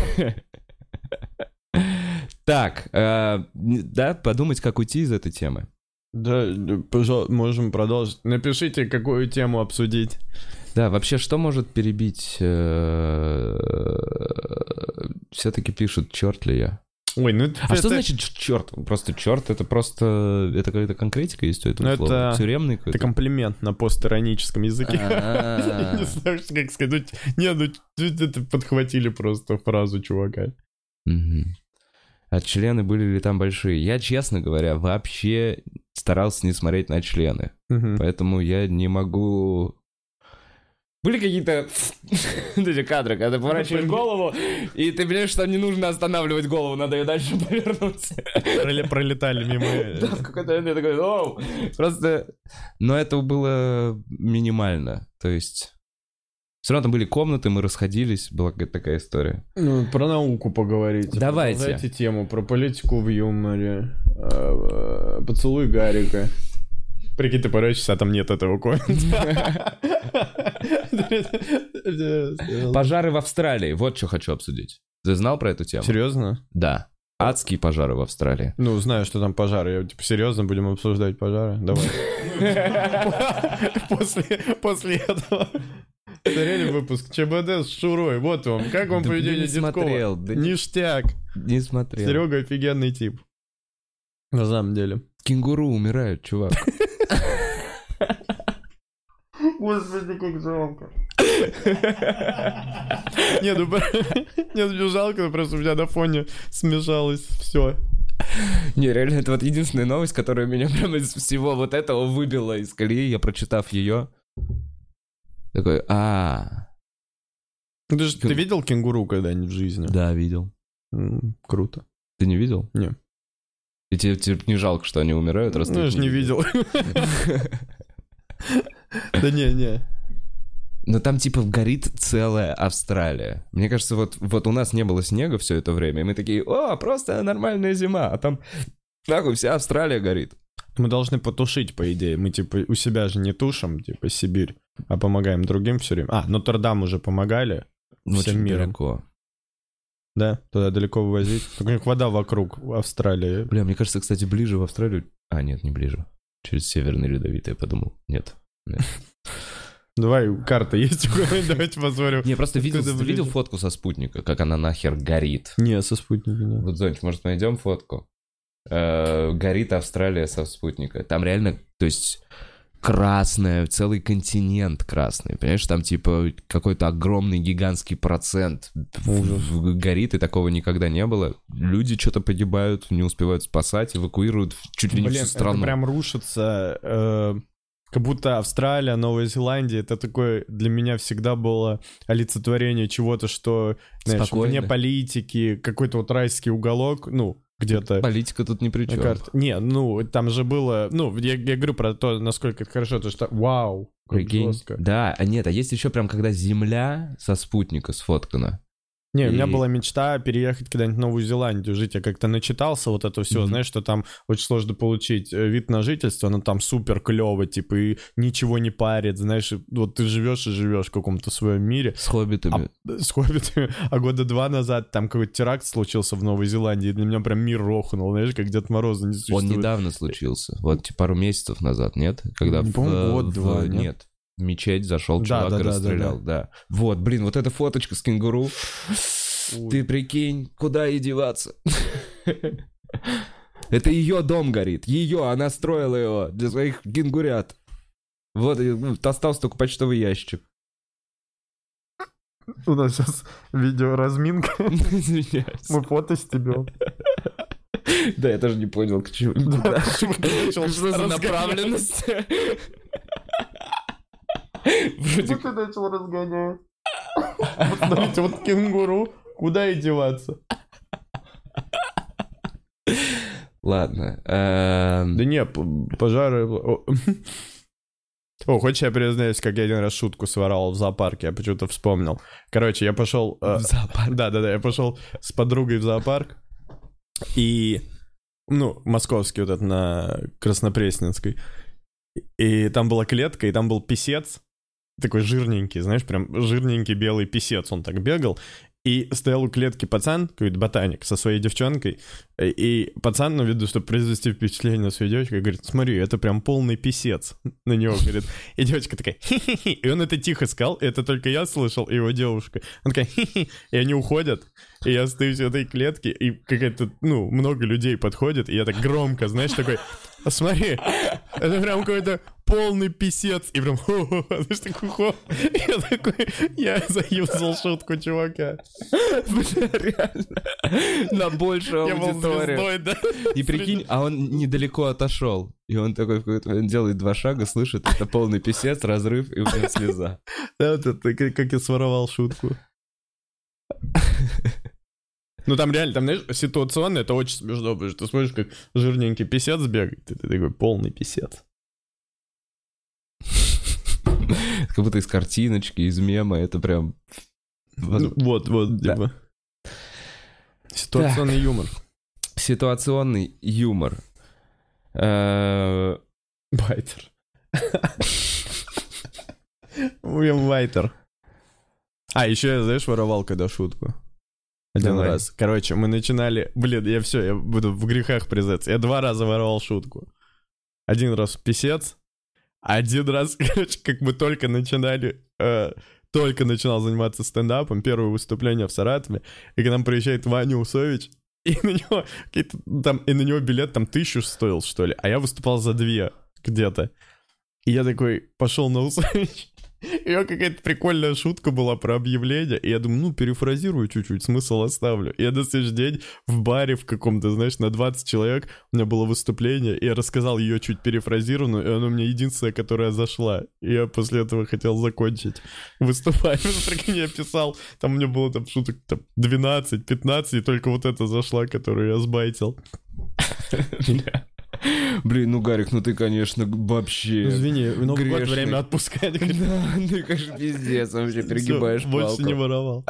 Speaker 1: Так, э, да, подумать, как уйти из этой темы.
Speaker 2: Да, пожалуйста, можем продолжить. Напишите, какую тему обсудить.
Speaker 1: Да, вообще, что может перебить... Э, все-таки пишут, черт ли я.
Speaker 2: Ой, ну...
Speaker 1: А это... что значит черт? Просто черт, это просто... Это какая-то конкретика есть у этого ну, слова?
Speaker 2: Это...
Speaker 1: Тюремный какой-то?
Speaker 2: Это комплимент на постироническом языке. Я не знаю, как сказать. Не, ну это подхватили просто фразу чувака.
Speaker 1: А члены были ли там большие? Я, честно говоря, вообще старался не смотреть на члены. Поэтому я не могу... Были какие-то эти кадры, когда ты поворачиваешь голову, и ты понимаешь, что не нужно останавливать голову, надо ее дальше повернуть.
Speaker 2: Пролетали мимо.
Speaker 1: Да, в какой-то момент я такой, оу, просто... Но это было минимально, то есть... Все равно там были комнаты, мы расходились, была какая-то такая история.
Speaker 2: Ну, про науку поговорите.
Speaker 1: Давайте.
Speaker 2: Продолжайте тему про политику в юморе. Поцелуй Гарика. Прикинь, ты порочишься, а там нет этого коммента.
Speaker 1: Пожары в Австралии, вот что хочу обсудить. Ты знал про эту тему?
Speaker 2: Серьезно?
Speaker 1: Да. Адские пожары в Австралии.
Speaker 2: Ну, знаю, что там пожары. Я, типа, серьезно, будем обсуждать пожары? Давай. После этого... Смотрели выпуск ЧБД с Шурой. Вот он. Как вам поведение Дедкова? Ништяк.
Speaker 1: Не смотрел.
Speaker 2: Серега офигенный тип. На самом деле.
Speaker 1: Кенгуру умирают, чувак.
Speaker 2: Господи, как жалко. Нет, ну, нет, мне жалко, но просто у меня на фоне смешалось все.
Speaker 1: Не, реально, это вот единственная новость, которая меня прямо из всего вот этого выбила из колеи. Я, прочитав ее, такой, а
Speaker 2: Ты же ты видел кенгуру когда-нибудь в жизни?
Speaker 1: Да, видел.
Speaker 2: М, Круто.
Speaker 1: Ты не видел?
Speaker 2: Не.
Speaker 1: И тебе, тебе не жалко, что они умирают, раз
Speaker 2: Ну,
Speaker 1: ты
Speaker 2: я
Speaker 1: их
Speaker 2: же не видел. Да не, не.
Speaker 1: Но там типа горит целая Австралия. Мне кажется, вот, вот у нас не было снега все это время, и мы такие, о, просто нормальная зима, а там нахуй вся Австралия горит.
Speaker 2: Мы должны потушить, по идее. Мы, типа, у себя же не тушим, типа, Сибирь, а помогаем другим все время. А, Нотр-Дам уже помогали всем
Speaker 1: Очень
Speaker 2: миром.
Speaker 1: далеко.
Speaker 2: Да? Туда далеко вывозить. Только у них вода вокруг Австралии.
Speaker 1: Бля, мне кажется, кстати, ближе в Австралию... А, нет, не ближе. Через Северный Ледовитый, я подумал. Нет. нет.
Speaker 2: Давай, карта есть у кого-нибудь? Давайте посмотрим.
Speaker 1: Не, просто видел,
Speaker 2: Откуда
Speaker 1: видел
Speaker 2: ближе?
Speaker 1: фотку со спутника, как она нахер горит.
Speaker 2: Не, со спутника, да.
Speaker 1: Вот, Зонч, может, найдем фотку? Э, горит Австралия со спутника. Там реально, то есть, красная, целый континент красный. Понимаешь, там, типа, какой-то огромный гигантский процент в- в- горит, и такого никогда не было. Люди что-то погибают, не успевают спасать, эвакуируют чуть ли не
Speaker 2: Блин,
Speaker 1: всю страну.
Speaker 2: это прям рушится. э, Как будто Австралия, Новая Зеландия, это такое для меня всегда было олицетворение чего-то, что, знаешь,
Speaker 1: Спокойно.
Speaker 2: вне политики, какой-то вот райский уголок, ну, где-то...
Speaker 1: Политика тут ни при
Speaker 2: на
Speaker 1: чем.
Speaker 2: карте. Не, ну, там же было... Ну, я, я говорю про то, насколько это хорошо, то что... Вау, как
Speaker 1: Прикинь.
Speaker 2: жестко.
Speaker 1: Да, а нет, а есть еще прям, когда Земля со спутника сфоткана.
Speaker 2: Не, у меня
Speaker 1: И-
Speaker 2: была мечта переехать когда-нибудь в Новую Зеландию жить. Я как-то начитался вот это все,
Speaker 1: Мгм.
Speaker 2: знаешь, что там очень сложно получить э, вид на жительство, но там супер клево, типа, и ничего не парит, знаешь, и вот ты живешь и живешь в каком-то своем мире.
Speaker 1: С хоббитами.
Speaker 2: А, с хоббитами. А года два назад там какой-то теракт случился в Новой Зеландии, и для меня прям мир рохнул, знаешь, как Дед Мороза не
Speaker 1: Он
Speaker 2: существует.
Speaker 1: недавно случился. Вот типа, пару месяцев назад, нет? Когда
Speaker 2: Не
Speaker 1: в,
Speaker 2: помню,
Speaker 1: в-
Speaker 2: год-два,
Speaker 1: в-
Speaker 2: нет?
Speaker 1: нет. В мечеть зашел
Speaker 2: Да,
Speaker 1: чувак
Speaker 2: да,
Speaker 1: и
Speaker 2: да, да,
Speaker 1: расстрелял, да. Вот, блин, вот эта фоточка с кенгуру.
Speaker 2: Ой.
Speaker 1: Ты прикинь, куда ей деваться? Это ее дом горит. Ее, она строила его для своих кенгурят. Вот, и, ну, остался только почтовый ящик.
Speaker 2: У нас сейчас видеоразминка,
Speaker 1: Извиняюсь.
Speaker 2: мы фото стебем.
Speaker 1: Да, я тоже не понял, к чему.
Speaker 2: Да,
Speaker 1: Что за направленность? Вроде
Speaker 2: ты начал разгонять? Вот смотрите, вот кенгуру, куда и деваться?
Speaker 1: Ладно. эм,
Speaker 2: Да не, п- пожары... О, О, хочешь, я признаюсь, как я один раз шутку своровал в зоопарке, я почему-то вспомнил. Короче, я пошел... э,
Speaker 1: В зоопарк.
Speaker 2: Да-да-да, я пошел с подругой в зоопарк, и... Ну, московский вот этот на Краснопресненской. И там была клетка, и там был писец, такой жирненький, знаешь, прям жирненький белый писец, он так бегал. И стоял у клетки пацан, какой-то ботаник, со своей девчонкой. И и пацан, ну, видно, чтобы произвести впечатление на свою девочку, говорит, смотри, это прям полный писец на него, говорит. И девочка такая, хи-хи-хи. И он это тихо сказал, это только я слышал, и его девушка. Он такая, хи-хи. И они уходят. И я стою в этой клетке, и какая-то, ну, много людей подходит, и я так громко, знаешь, такой, смотри, это прям какой-то полный писец. И прям, знаешь, такой хоп. Я такой, я заюзал шутку чувака.
Speaker 1: Бля, реально. На большую
Speaker 2: Я был
Speaker 1: аудиторию.
Speaker 2: звездой, да.
Speaker 1: И прикинь, а он недалеко отошел. И он такой, в какой-то момент делает два шага, слышит, это полный писец, разрыв, и у него слеза.
Speaker 2: Да, вот это как как я своровал шутку. Ну там реально, там, знаешь, ситуационно это очень смешно, потому что ты смотришь, как жирненький писец бегает, и ты такой полный писец.
Speaker 1: Как будто из картиночки, из мема, это прям...
Speaker 2: Ну, вот, вот,
Speaker 1: Да.
Speaker 2: типа. Ситуационный юмор.
Speaker 1: Ситуационный юмор. Э,
Speaker 2: Байтер. Уильям Байтер. А, еще я, знаешь, воровал когда шутку. Один
Speaker 1: Давай.
Speaker 2: раз. Короче, мы начинали... Блин, я все, я буду в грехах признаться. Я два раза воровал шутку. Один раз писец, а один раз, короче, как мы только начинали... э, только начинал заниматься стендапом, первое выступление в Саратове, и к нам приезжает Ваня Усович, и на него какие-то там, и на него билет там тысячу стоил, что ли, а я выступал за две где-то. И я такой пошел на Усович, и у него какая-то прикольная шутка была про объявление, и я думаю, ну, перефразирую чуть-чуть, смысл оставлю. И я на следующий день в баре в каком-то, знаешь, на двадцать человек у меня было выступление, и я рассказал ее чуть перефразированную, и она у меня единственная, которая зашла. И я после этого хотел закончить выступать. Прикинь, я писал, там у меня было там шуток там, двенадцать-пятнадцать, и только вот эта зашла, которую я сбайтил.
Speaker 1: Блин, ну, Гарик, ну ты, конечно, вообще...
Speaker 2: Ну, извини, ну
Speaker 1: грешный.
Speaker 2: вот время отпускать.
Speaker 1: Да, ты, конечно, пиздец, вообще перегибаешь
Speaker 2: Всё,
Speaker 1: палку.
Speaker 2: больше не воровал.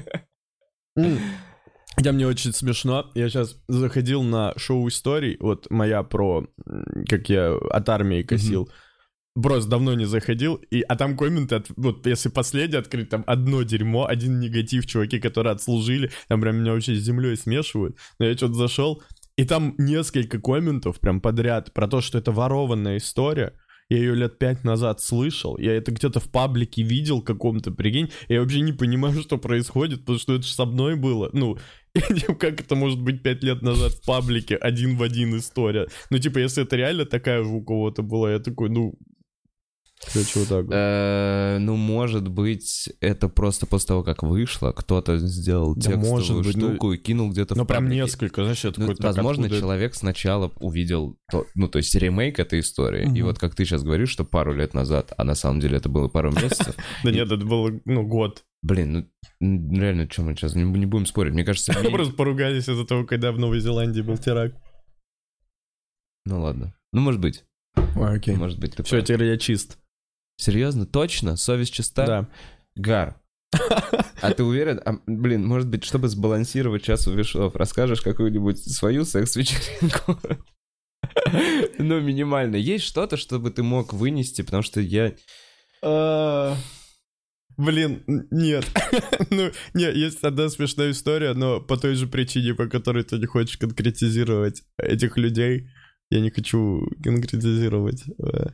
Speaker 2: Я мне очень смешно. Я сейчас заходил на шоу историй, вот моя про, м, как я от армии косил. Просто давно не заходил, и, а там комменты, от, вот если последний открыть, там одно дерьмо, один негатив, чуваки, которые отслужили, там прям меня вообще с землей смешивают. Но я что-то зашел, и там несколько комментов прям подряд про то, что это ворованная история. Я ее лет пять назад слышал, я это где-то в паблике видел каком-то, прикинь, я вообще не понимаю, что происходит, потому что это же со мной было, ну, как это может быть пять лет назад в паблике один в один история, ну, типа, если это реально такая же у кого-то была, я такой, ну, короче, вот так вот.
Speaker 1: Э, Ну, может быть, это просто после того, как вышло, кто-то сделал
Speaker 2: Да,
Speaker 1: текстовую
Speaker 2: может быть, ну,
Speaker 1: штуку и кинул где-то
Speaker 2: Ну,
Speaker 1: в
Speaker 2: прям
Speaker 1: паблике.
Speaker 2: несколько, знаешь, я
Speaker 1: Ну,
Speaker 2: такой, так
Speaker 1: возможно,
Speaker 2: откуда это?
Speaker 1: человек сначала увидел, то, ну, то есть ремейк этой истории, и
Speaker 2: Мгм.
Speaker 1: вот как ты сейчас говоришь, что пару лет назад, а на самом деле это было пару месяцев.
Speaker 2: Да нет, это было, ну, год.
Speaker 1: Блин, ну, м, реально, что мы сейчас не, не будем спорить, мне кажется...
Speaker 2: Мы
Speaker 1: ми-
Speaker 2: просто поругались из-за того, когда в Новой Зеландии был теракт.
Speaker 1: Ну, ладно. Ну, может быть,
Speaker 2: Ой, окей.
Speaker 1: может быть, ты
Speaker 2: Все,
Speaker 1: прав.
Speaker 2: теперь я чист.
Speaker 1: Серьезно? Точно? Совесть чиста?
Speaker 2: Да.
Speaker 1: Гар. А ты уверен? А, блин, может быть, чтобы сбалансировать час у вешов, расскажешь какую-нибудь свою секс-вечеринку? Ну, минимально. Есть что-то, чтобы ты мог вынести, потому что я...
Speaker 2: А, Блин, н- нет. Ну, не, есть одна смешная история, но по той же причине, по которой ты не хочешь конкретизировать этих людей, я не хочу конкретизировать. э.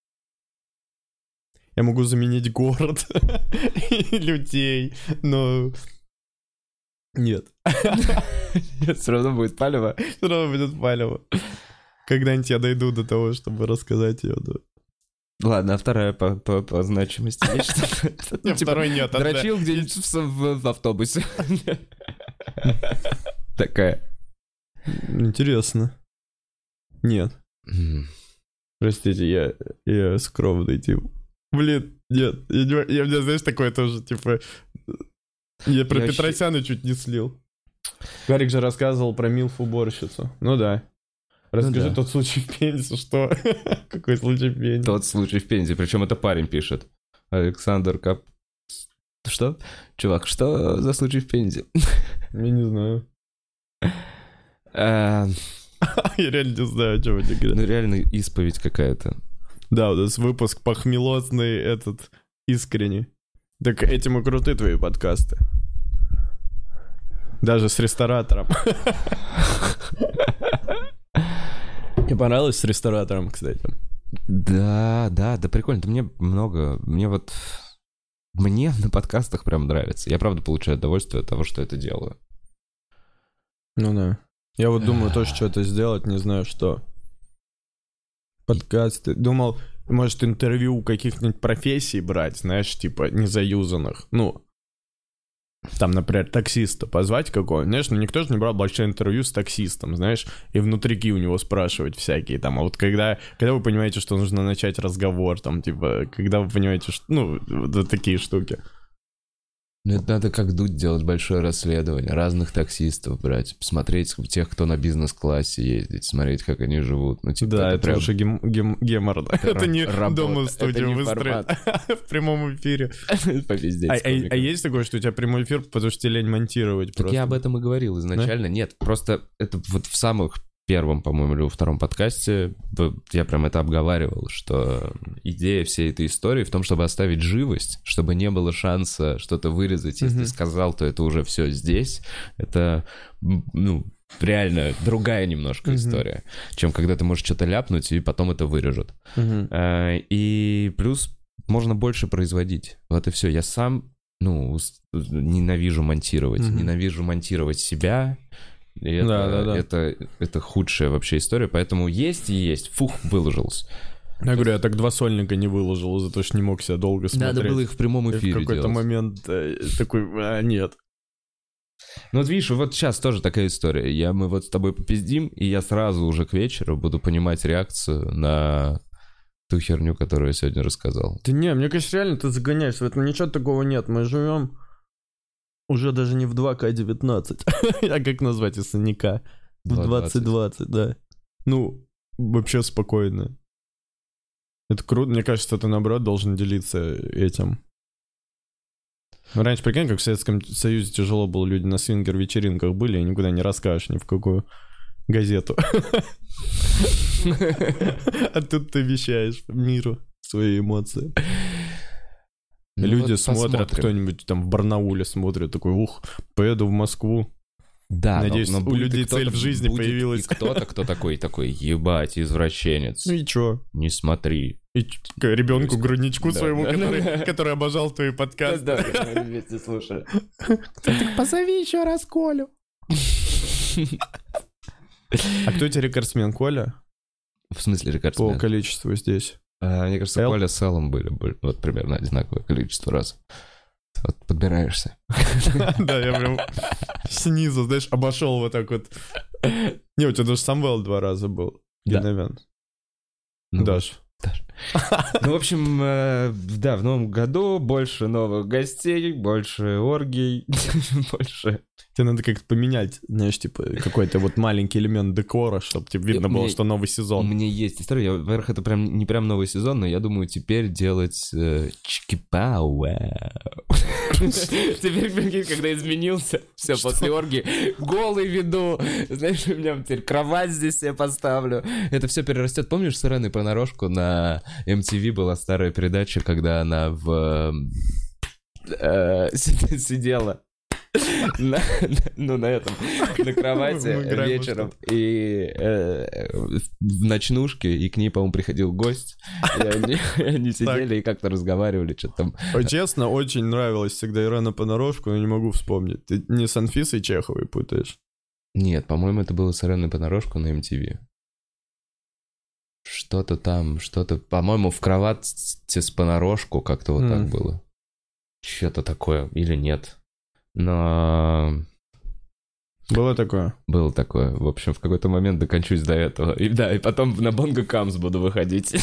Speaker 2: Я могу заменить город и людей, но... Нет.
Speaker 1: Все равно будет палево.
Speaker 2: Все равно будет палево. Когда-нибудь я дойду до того, чтобы рассказать ее. Да.
Speaker 1: Ладно, а вторая по, по, по значимости есть что-то?
Speaker 2: Не, второй нет. одна-
Speaker 1: Дрочил где-нибудь в, в- в автобусе. Такая.
Speaker 2: Интересно. Нет.
Speaker 1: М.
Speaker 2: Простите, я, я скромный, тип. Блин, нет, я, не, я, у меня, знаешь, такое тоже, типа... Я про
Speaker 1: Я
Speaker 2: Петросяна чуть не слил. Гарик же рассказывал про Милф-уборщицу. Ну да. Расскажи
Speaker 1: да.
Speaker 2: тот случай в Пензе, что... Какой случай в Пензе?
Speaker 1: Тот случай в Пензе, причем это парень пишет. Александр Кап... Что? Чувак, что за случай в Пензе?
Speaker 2: Я не знаю.
Speaker 1: А,
Speaker 2: Я реально не знаю, о чем это говорят.
Speaker 1: Ну, реально исповедь какая-то.
Speaker 2: Да, у нас выпуск похмелотный, этот, искренний. Так этим и круты твои подкасты. Даже с ресторатором. Тебе понравилось с ресторатором, кстати?
Speaker 1: Да, да, да, прикольно. Да мне много... Мне вот... Мне на подкастах прям нравится. Я, правда, получаю удовольствие от того, что это делаю.
Speaker 2: Ну да. Я вот думаю тоже что-то сделать, не знаю что. Подкасты. Думал, Может, интервью у каких-нибудь профессий брать, знаешь, типа незаюзанных. Ну, там, например, таксиста позвать какого-нибудь. Знаешь, ну никто же не брал большое интервью с таксистом, знаешь, и внутрики у него спрашивать всякие там. А вот когда, когда вы понимаете, что нужно начать разговор, там, типа, когда вы понимаете, что, ну, вот такие штуки.
Speaker 1: Ну, это надо как Дудь делать большое расследование, разных таксистов брать, посмотреть тех, кто на бизнес-классе ездит, смотреть, как они живут. Ну, типа,
Speaker 2: Да,
Speaker 1: это,
Speaker 2: это
Speaker 1: прям...
Speaker 2: уже гем- гем- гемор, да.
Speaker 1: Это,
Speaker 2: это не
Speaker 1: работа.
Speaker 2: дома в студию выстроить, в прямом эфире.
Speaker 1: Попиздеть.
Speaker 2: А, а, а есть такое, что у тебя прямой эфир, потому что тебе лень монтировать
Speaker 1: Так
Speaker 2: просто?
Speaker 1: я об этом и говорил изначально. Да? Нет, просто это вот в самых первом, по-моему, или во втором подкасте я прям это обговаривал, что идея всей этой истории в том, чтобы оставить живость, чтобы не было шанса что-то вырезать. Если mm-hmm. сказал, то это уже все здесь. Это, ну, реально другая немножко mm-hmm. история, чем когда ты можешь что-то ляпнуть, и потом это вырежут. Mm-hmm. И плюс можно больше производить. Вот и все. Я сам, ну, ненавижу монтировать. Mm-hmm. Ненавижу монтировать себя. И это, да, да, да. Это, это худшая вообще история, поэтому есть и есть. Фух, выложился.
Speaker 2: Я говорю, я так два сольника не выложил, за то, что не мог себя долго смотреть.
Speaker 1: Надо было их в прямом эфире делать.
Speaker 2: В какой-то
Speaker 1: делать.
Speaker 2: момент э, такой, а, нет.
Speaker 1: Ну вот видишь, вот сейчас тоже такая история. Я, мы вот с тобой попиздим, и я сразу уже к вечеру буду понимать реакцию на ту херню, которую я сегодня рассказал.
Speaker 2: Да не, мне кажется, реально ты загоняешься. В этом ничего такого нет. Мы живем... Уже даже не в два ка девятнадцать. А как назвать, если не К? В двадцать двадцать, да. Ну, вообще спокойно. Это круто. Мне кажется, ты, наоборот, должен делиться этим. Раньше, прикинь, как в Советском Союзе тяжело было, люди на свингер-вечеринках были, и никуда не расскажешь ни в какую газету. А тут ты вещаешь миру свои эмоции. Ну, люди вот смотрят, посмотрим. Кто-нибудь там в Барнауле смотрит, такой, ух, поеду в Москву.
Speaker 1: Да,
Speaker 2: надеюсь,
Speaker 1: но, но
Speaker 2: у людей цель в жизни
Speaker 1: будет
Speaker 2: появилась.
Speaker 1: И кто-то, кто такой, такой, ебать, извращенец.
Speaker 2: Ну и чё?
Speaker 1: Не смотри.
Speaker 2: И ребенку грудничку да, своему, да, который, да. который обожал твои подкасты.
Speaker 1: Да, да, мы вместе слушали.
Speaker 2: Так позови еще раз Колю. А кто тебе рекордсмен, Коля?
Speaker 1: В смысле рекордсмен?
Speaker 2: По количеству здесь.
Speaker 1: А, мне кажется, Эл? Коля с Эллом были, были вот примерно одинаковое количество раз. Вот подбираешься.
Speaker 2: Да, я прям снизу, знаешь, обошел вот так вот. Не, у тебя даже Самвел два раза был. Геновян.
Speaker 1: Даш. Ну, в общем, да, в новом году больше новых гостей, больше оргий, больше...
Speaker 2: Тебе надо как-то поменять, знаешь, типа, какой-то вот маленький элемент декора, чтобы тебе видно было, что новый сезон.
Speaker 1: У меня есть история, я, во-первых, это прям не прям новый сезон, но я думаю, теперь делать чики-пау. Теперь, когда изменился, все, после оргии, голый веду, знаешь, у меня теперь кровать здесь себе поставлю. Это все перерастет. Помнишь с Иреной понарошку на эм ти ви была старая передача, когда она в сидела на, ну, на этом, на кровати вечером, и э, в ночнушке, и к ней, по-моему, приходил гость, и они, они сидели и как-то разговаривали, что-то там.
Speaker 2: Честно, очень нравилась всегда Ирена Понарошку, но не могу вспомнить. Ты не с Анфисой Чеховой путаешь?
Speaker 1: Нет, по-моему, это было с Иреной Понарошку на эм ти ви. Что-то там, что-то, по-моему, в кровати с Понарошку как-то вот mm. так было. Что-то такое, или нет. Но...
Speaker 2: Было такое?
Speaker 1: Было такое. В общем, в какой-то момент докончусь до этого. И да, и потом на Bongo Comes буду выходить.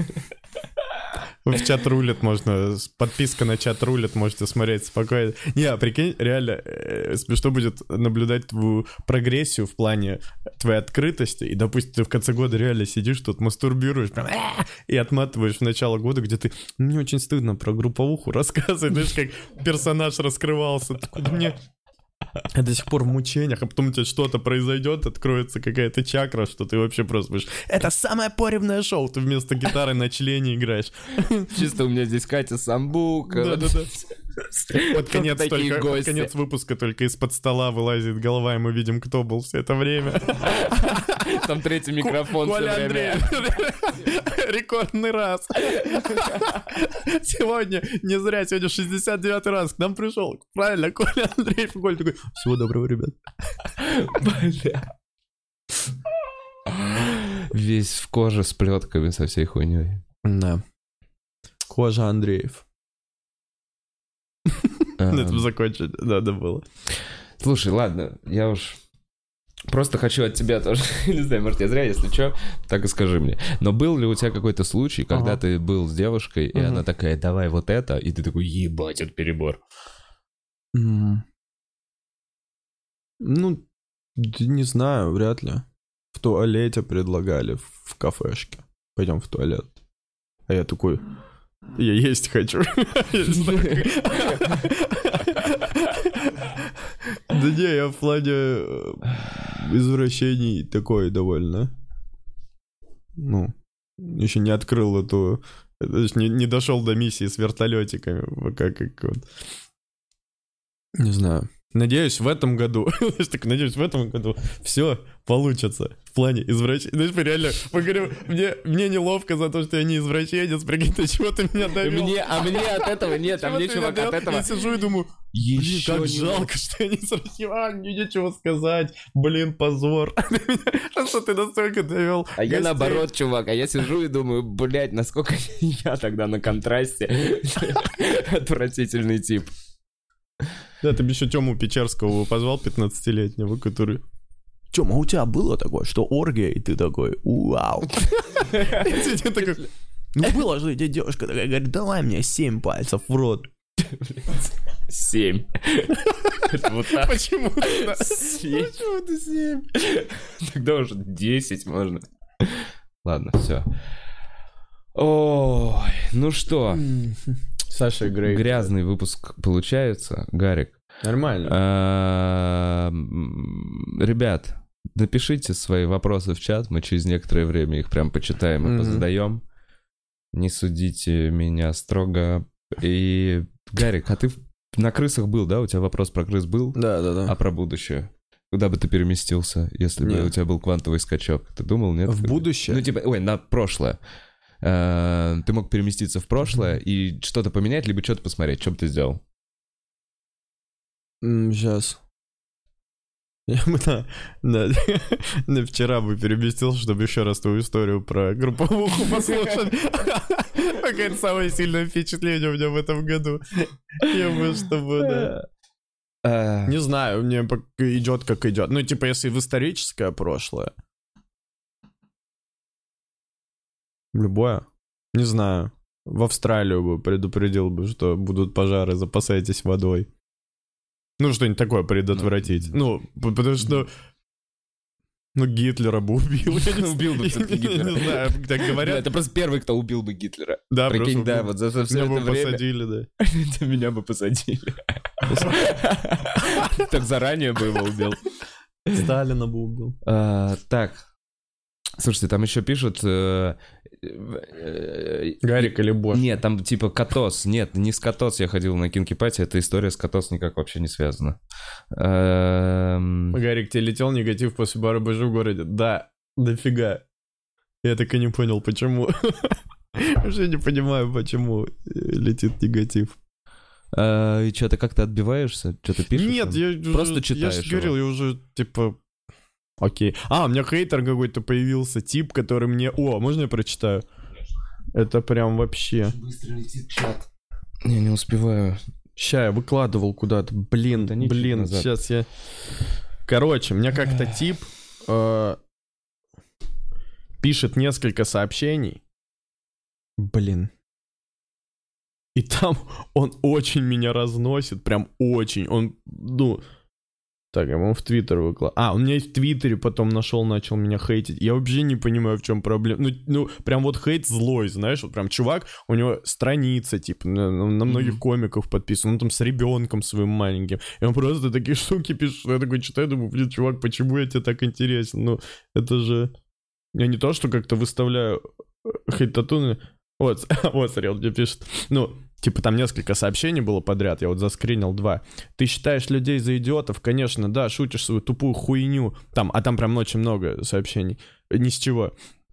Speaker 2: В чат рулет можно, подписка на чат рулет, можете смотреть спокойно. Не, прикинь, реально, э, смешно будет наблюдать твою прогрессию в плане твоей открытости, и, допустим, ты в конце года реально сидишь тут, мастурбируешь, прям, и отматываешь в начало года, где ты, мне очень стыдно про групповуху рассказывать, знаешь, как персонаж раскрывался, такой, мне... Я до сих пор в мучениях, а потом у тебя что-то произойдет, откроется какая-то чакра, что ты вообще просто будешь... Это самое поревное шоу, ты вместо гитары на члене играешь.
Speaker 1: Чисто у меня здесь Катя Самбука.
Speaker 2: Да-да-да. Вот конец, только, конец выпуска, только из-под стола вылазит голова, и мы видим, кто был все это время.
Speaker 1: Там третий микрофон все
Speaker 2: Коля Андрей. Рекордный раз. Сегодня, не зря, сегодня шестьдесят девятый раз к нам пришел. Правильно, Коля Андрей. Коля такой, всего доброго, ребят.
Speaker 1: Бля. Весь в коже с плетками, со всей хуйней.
Speaker 2: Да. Кожа Андреев. На этом закончить надо было.
Speaker 1: Слушай, ладно, я уж просто хочу от тебя тоже, не знаю, может, я зря, если что, так и скажи мне. Но был ли у тебя какой-то случай, когда ага. ты был с девушкой, и ага. она такая, давай вот это, и ты такой, ебать, это перебор?
Speaker 2: Mm. Ну, не знаю, вряд ли. В туалете предлагали, в кафешке. Пойдем в туалет. А я такой, я есть хочу. Да не, я в плане извращений такой довольно. Ну, еще не открыл эту... Не, не дошел до миссии с вертолетиками. Как, как вот. Не знаю. Надеюсь, в этом году, так, надеюсь, в этом году все получится в плане извращения. Знаешь, реально, мы говорим, мне, мне неловко за то, что я не извращенец, прикинь, ты чего ты меня довел?
Speaker 1: Мне, а мне от этого нет, а мне, чувак, от этого...
Speaker 2: Я сижу и думаю, блин, как жалко, что я не извращенец, а, мне нечего сказать, блин, позор. Что ты настолько довел?
Speaker 1: А я наоборот, чувак, а я сижу и думаю, блядь, насколько я тогда на контрасте. Отвратительный тип.
Speaker 2: Да, ты бы еще Тему Печерского позвал, пятнадцатилетнего, который... Тема, у тебя было такое, что оргия, и ты такой, вау. Ну, было же, эта девушка такая, говорит, давай мне семь пальцев в рот.
Speaker 1: Семь. Вот так.
Speaker 2: Почему ты
Speaker 1: семь? Почему ты семь? Тогда уже десять можно. Ладно, все. Ой, ну что...
Speaker 2: Саша Грей.
Speaker 1: Грязный выпуск получается, Гарик.
Speaker 2: Нормально.
Speaker 1: Ребят, напишите свои вопросы в чат, мы через некоторое время их прям почитаем и mm-hmm. позадаем. Не судите меня строго. И, Гарик, а ты на крысах был, да? У тебя вопрос про крыс был?
Speaker 2: Да, да, да.
Speaker 1: А про будущее? Куда бы ты переместился, если нет. бы у тебя был квантовый скачок? Ты думал, нет?
Speaker 2: В будущее?
Speaker 1: Ну, типа, ой, на прошлое. Ты мог переместиться в прошлое и что-то поменять, либо что-то посмотреть. Что бы ты сделал?
Speaker 2: Сейчас. Я бы на, на, на вчера бы переместился, чтобы еще раз твою историю про групповуху послушать. Какое-то самое сильное впечатление у меня в этом году. Я бы, чтобы, да. Не знаю, мне идет как идет. Ну, типа, если в историческое прошлое. Любое. Не знаю. В Австралию бы предупредил бы, что будут пожары, запасайтесь водой. Ну, что-нибудь такое предотвратить. Ну, потому что... Ну, Гитлера бы убил. Я не
Speaker 1: убил бы все-таки Гитлера.
Speaker 2: Не знаю, так говорят.
Speaker 1: Это просто первый, кто убил бы Гитлера.
Speaker 2: Да,
Speaker 1: прикинь, да, вот за все это время...
Speaker 2: Меня бы посадили, да.
Speaker 1: Меня бы посадили. Так заранее бы его убил.
Speaker 2: Сталина бы убил.
Speaker 1: Так. Слушайте, там еще пишут... Э,
Speaker 2: э, Гарик или Бош?
Speaker 1: Нет, там типа Котос. Нет, не с Котос я ходил на кинкипати, эта история с Котос никак вообще не связана. Эм...
Speaker 2: Гарик, тебе летел негатив после бара Бэжи в городе? Да, дофига. Я так и не понял, почему. Вообще не понимаю, почему летит негатив.
Speaker 1: И что, ты как-то отбиваешься? Что ты пишешь?
Speaker 2: Нет, я
Speaker 1: просто читаешь.
Speaker 2: Я же говорил, я уже типа... Окей. А, у меня хейтер какой-то появился, тип, который мне... О, можно я прочитаю? Это прям вообще...
Speaker 1: Быстро летит чат. Я не успеваю.
Speaker 2: Ща, я выкладывал куда-то. Блин, да блин, назад. Сейчас я... Короче, мне как-то тип э, пишет несколько сообщений. Блин. И там он очень меня разносит, прям очень. Он, ну... Так, я, по-моему, в Твиттер выкладывал. А, он меня и в Твиттере потом нашел, начал меня хейтить. Я вообще не понимаю, в чем проблема. Ну, ну, прям вот хейт злой, знаешь, вот прям чувак, у него страница, типа, на, на многих mm-hmm. комиков подписан, он там с ребенком своим маленьким. И он просто такие штуки пишет, что я такой читаю, думаю, блин, чувак, почему я тебе так интересен? Ну, это же... Я не то, что как-то выставляю хейт-татуны. Вот, вот, смотри, он мне пишет. Ну, типа там несколько сообщений было подряд, я вот заскринил два. Ты считаешь людей за идиотов? Конечно, да, шутишь свою тупую хуйню. Там, а там прям очень много сообщений. Ни с чего.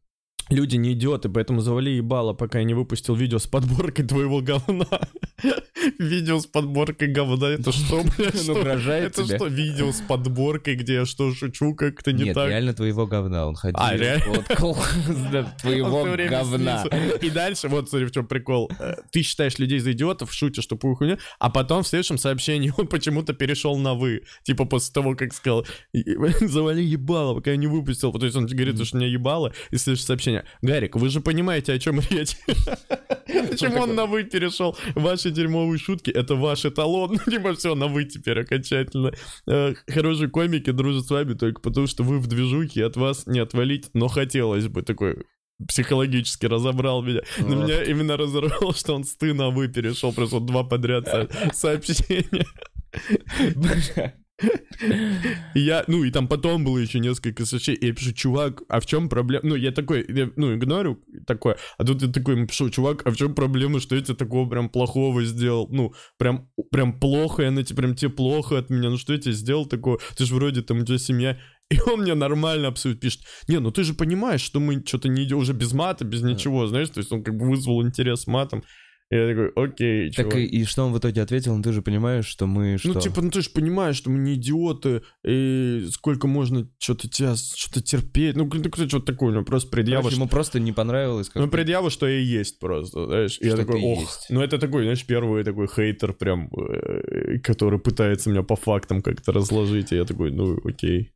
Speaker 2: люди не идиоты, поэтому завали ебало, пока я не выпустил видео с подборкой твоего говна. Видео с подборкой говна, это что, блядь?
Speaker 1: Он угрожает тебе?
Speaker 2: Это что, видео с подборкой, где я что, шучу как-то не
Speaker 1: Нет,
Speaker 2: так?
Speaker 1: реально твоего говна. Он ходил,
Speaker 2: А, реально?
Speaker 1: фоткал твоего говна.
Speaker 2: И дальше, вот смотри, в чем прикол. Ты считаешь людей за идиотов, шутишь тупую хуйню, а потом в следующем сообщении он почему-то перешел на «вы». Типа после того, как сказал, завали ебало, пока я не выпустил. То есть он говорит, что меня ебало, и следующее сообщение. Гарик, вы же понимаете, о чем речь? Почему он на «вы» перешел? Ваши дерьмовые шутки — это ваш эталон. Либо все, на «вы» теперь окончательно. Хорошие комики дружат с вами только потому, что вы в движухе, от вас не отвалить, но хотелось бы. Такой психологически разобрал меня. На меня именно разорвало, что он с «ты» на «вы» перешел. Просто вот два подряд сообщения. Я, ну, и там потом было еще несколько сообщений, и я пишу, чувак, а в чем проблема? Ну, я такой, я, ну, игнорю такое, а тут я такой пишу, чувак, а в чем проблема, что я тебе такого прям плохого сделал? Ну, прям, прям плохо, я на тебе, прям тебе плохо от меня, ну, что я тебе сделал такого? Ты же вроде там, у тебя семья. И он мне нормально абсолютно пишет, не, ну ты же понимаешь, что мы что-то не идем уже без мата, без ничего, знаешь, то есть он как бы вызвал интерес матом. Я такой, окей, чувак.
Speaker 1: Так и, и что он в итоге ответил? Ну ты же понимаешь, что мы что?
Speaker 2: Ну типа, ну ты же понимаешь, что мы не идиоты, и сколько можно что-то тебя, что-то терпеть. Ну, ну кстати, что-то такое, ну просто предъява.
Speaker 1: Короче, ему просто не понравилось. Как
Speaker 2: ну предъява, что я есть просто, знаешь.
Speaker 1: Что
Speaker 2: я такой, ох.
Speaker 1: есть.
Speaker 2: Ну это такой, знаешь, первый такой хейтер прям, э, который пытается меня по фактам как-то разложить, и я такой, ну окей.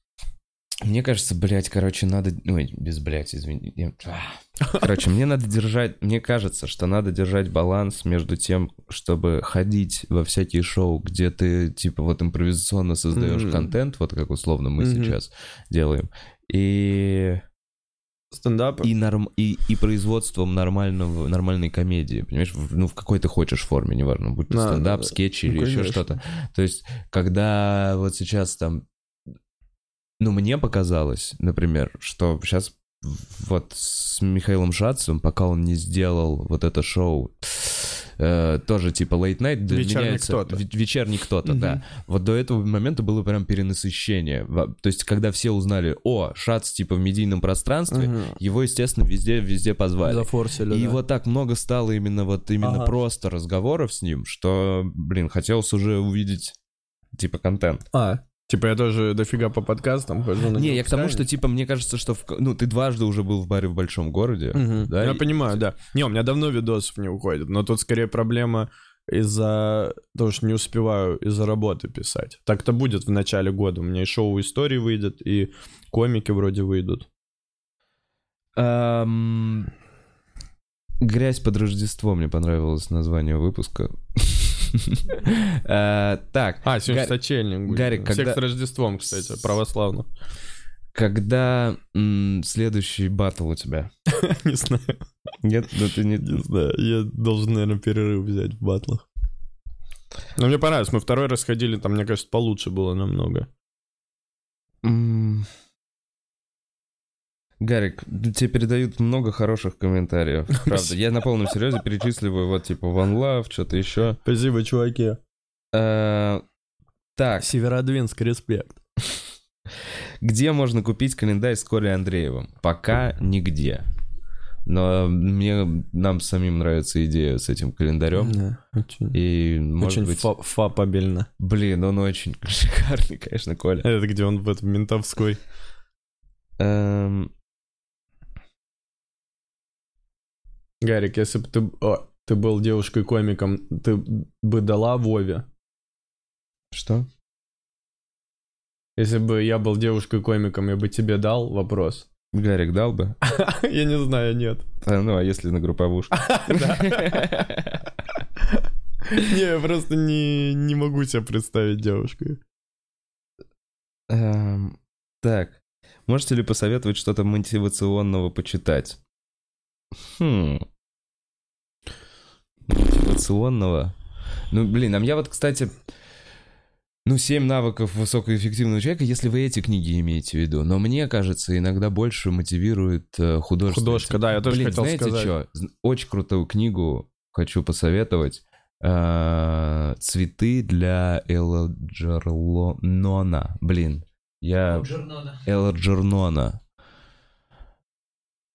Speaker 1: Мне кажется, блядь, короче, надо... Ой, без блядь, извини. Короче, мне надо держать... Мне кажется, что надо держать баланс между тем, чтобы ходить во всякие шоу, где ты, типа, вот импровизационно создаешь mm-hmm. контент, вот как условно мы mm-hmm. сейчас делаем, и...
Speaker 2: Стендап.
Speaker 1: И, норм... и, и производством нормального, нормальной комедии, понимаешь? Ну, в какой ты хочешь форме, неважно, будь то стендап, да, скетч да. или ну, еще что-то. То есть, когда вот сейчас там... Ну, мне показалось, например, что сейчас вот с Михаилом Шацевым, пока он не сделал вот это шоу, э, тоже типа late night,
Speaker 2: вечерний кто-то.
Speaker 1: Вечерний кто-то, угу. да. Вот до этого момента было прям перенасыщение. То есть, когда все узнали, о, Шац типа в медийном пространстве, угу. его, естественно, везде, везде позвали.
Speaker 2: Зафорсили,
Speaker 1: И
Speaker 2: да.
Speaker 1: вот так много стало именно вот именно ага. просто разговоров с ним, что, блин, хотелось уже увидеть типа контент.
Speaker 2: А, типа я тоже дофига по подкастам хожу. На
Speaker 1: не, я к тому, что, типа, мне кажется, что... В... Ну, ты дважды уже был в баре в большом городе,
Speaker 2: угу.
Speaker 1: да?
Speaker 2: Я
Speaker 1: и...
Speaker 2: понимаю, да. Не, у меня давно видосов не уходит, но тут скорее проблема из-за того, что не успеваю из-за работы писать. Так-то будет в начале года. У меня и шоу истории выйдет, и комики вроде выйдут.
Speaker 1: Um... «Грязь под Рождество» мне понравилось название выпуска. Так.
Speaker 2: А, сегодня сочельник будет.
Speaker 1: Гарик, когда...
Speaker 2: Всех с Рождеством, кстати, православно.
Speaker 1: Когда следующий баттл у тебя?
Speaker 2: Не знаю.
Speaker 1: Нет, ну ты не...
Speaker 2: Не знаю, я должен, наверное, перерыв взять в баттлах. Но мне понравилось, мы второй раз ходили, там, мне кажется, получше было намного.
Speaker 1: Гарик, тебе передают много хороших комментариев. Правда, я на полном серьезе перечисливаю вот типа One Love, что-то еще.
Speaker 2: Спасибо, чуваки.
Speaker 1: Так.
Speaker 2: Северодвинск, респект.
Speaker 1: Где можно купить календарь с Колей Андреевым? Пока нигде. Но мне, нам самим нравится идея с этим календарем.
Speaker 2: Да, очень,
Speaker 1: и, может
Speaker 2: очень
Speaker 1: быть...
Speaker 2: фа- фапабельно.
Speaker 1: Блин, он очень шикарный, конечно, Коля.
Speaker 2: Это где он в этом ментовской?
Speaker 1: Эм...
Speaker 2: Гарик, если бы ты, о, ты был девушкой-комиком, ты бы дала Вове?
Speaker 1: Что?
Speaker 2: Если бы я был девушкой-комиком, я бы тебе дал вопрос.
Speaker 1: Гарик дал бы?
Speaker 2: Я не знаю, нет.
Speaker 1: А, ну, а если на групповушку?
Speaker 2: Не, я просто не могу себя представить девушкой.
Speaker 1: Так, можете ли посоветовать что-то мотивационного почитать? Хм. Мотивационного? Ну, блин, а я вот, кстати... Ну, семь навыков высокоэффективного человека, если вы эти книги имеете в виду. Но мне кажется, иногда больше мотивирует э, художество.
Speaker 2: Художка, да, я тоже
Speaker 1: Блин,
Speaker 2: хотел
Speaker 1: знаете
Speaker 2: сказать.
Speaker 1: Что? Очень крутую книгу хочу посоветовать. Э, «Цветы для Элджернона». Блин, я... Элджернона.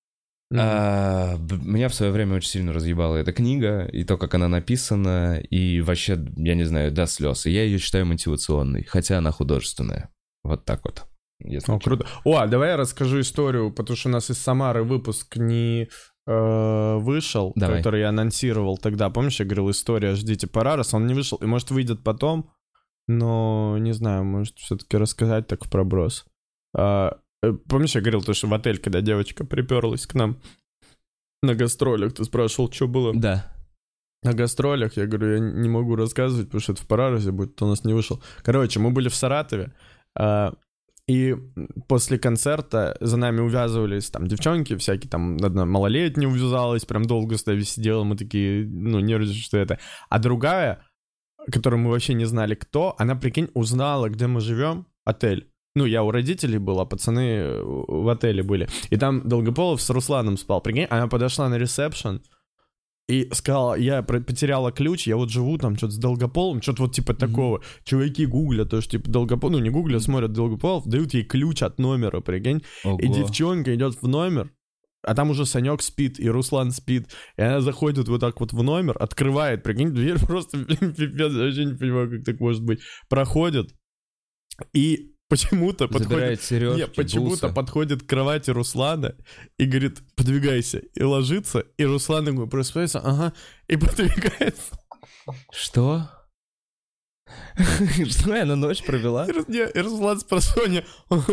Speaker 1: А, меня в свое время очень сильно разъебала эта книга, и то, как она написана, и вообще, я не знаю, до слез. И я ее считаю мотивационной, хотя она художественная. Вот так вот.
Speaker 2: О, круто. О, а давай я расскажу историю, потому что у нас из Самары выпуск не э, вышел,
Speaker 1: давай.
Speaker 2: Который я анонсировал тогда. Помнишь, я говорил, история «Ждите Парарас», он не вышел, и может выйдет потом, но не знаю, может все-таки рассказать так в проброс. А, помнишь, я говорил, то, что в отель, когда девочка приперлась к нам на гастролях, ты спрашивал, что было?
Speaker 1: Да.
Speaker 2: На гастролях, я говорю, я не могу рассказывать, потому что это в Парарасе будет, то у нас не вышел. Короче, мы были в Саратове, а, и после концерта за нами увязывались там девчонки всякие, там одна малолетняя увязалась, прям долго с нами сидела, мы такие, ну, нервничали, что это. А другая, которую мы вообще не знали кто, она, прикинь, узнала, где мы живем, отель. Ну, я у родителей был, а пацаны в отеле были. И там Долгополов с Русланом спал. Прикинь, она подошла на ресепшн и сказала, я потеряла ключ, я вот живу там что-то с Долгополом, что-то вот типа mm-hmm. такого. Чуваки гуглят, то что типа Долгополов, ну не гуглят, смотрят Долгополов, дают ей ключ от номера, прикинь. Ого. И девчонка идет в номер, а там уже Санек спит, и Руслан спит. И она заходит вот так вот в номер, открывает, прикинь, дверь просто, блин, пипец, я вообще не понимаю, как так может быть. Проходит, и почему-то подходит...
Speaker 1: сережки,
Speaker 2: Нет, почему-то
Speaker 1: бусы.
Speaker 2: подходит к кровати Руслана и говорит, подвигайся, и ложится, и Руслан ему просыпается, ага, и подвигается.
Speaker 1: Что? Что я на ночь провела?
Speaker 2: И Руслан с просонья...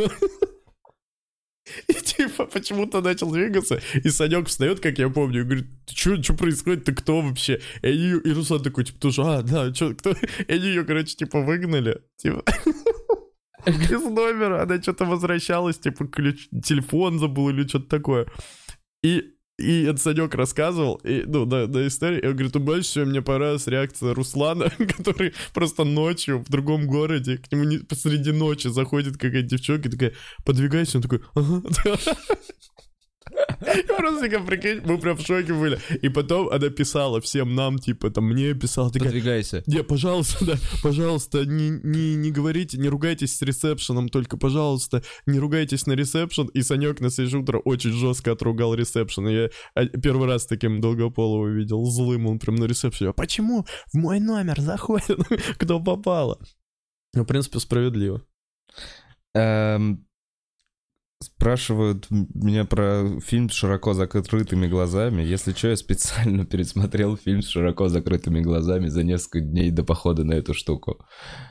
Speaker 2: И типа почему-то начал двигаться, и Санек встает, как я помню, и говорит, что, что происходит, ты кто вообще? И, они, и Руслан такой, типа, тоже, а, да, что, кто? И они ее, короче, типа, выгнали, типа, из номера, она что-то возвращалась, типа, ключ, телефон забыл или что-то такое. И, и этот Санек рассказывал, и, ну, на, на истории, и он говорит, ну, больше всего мне понравилась реакция Руслана, который просто ночью в другом городе, к нему не, посреди ночи заходит какая-то девчонка, такая, подвигайся, он такой, ага. И просто, как прикинь, мы прям в шоке были. И потом она писала всем нам, типа, там, мне писала, такая...
Speaker 1: Подвигайся.
Speaker 2: Не, пожалуйста, да, пожалуйста, не, не, не говорите, не ругайтесь с ресепшеном, только, пожалуйста, не ругайтесь на ресепшен. И Санек на следующее утро очень жестко отругал ресепшен. И я первый раз таким Долгополовым видел, злым он прям на ресепшене. А почему в мой номер заходит, кто попало? Ну, в принципе, справедливо.
Speaker 1: Эм... Спрашивают меня про фильм с широко закрытыми глазами. Если что, я специально пересмотрел фильм с широко закрытыми глазами за несколько дней до похода на эту штуку.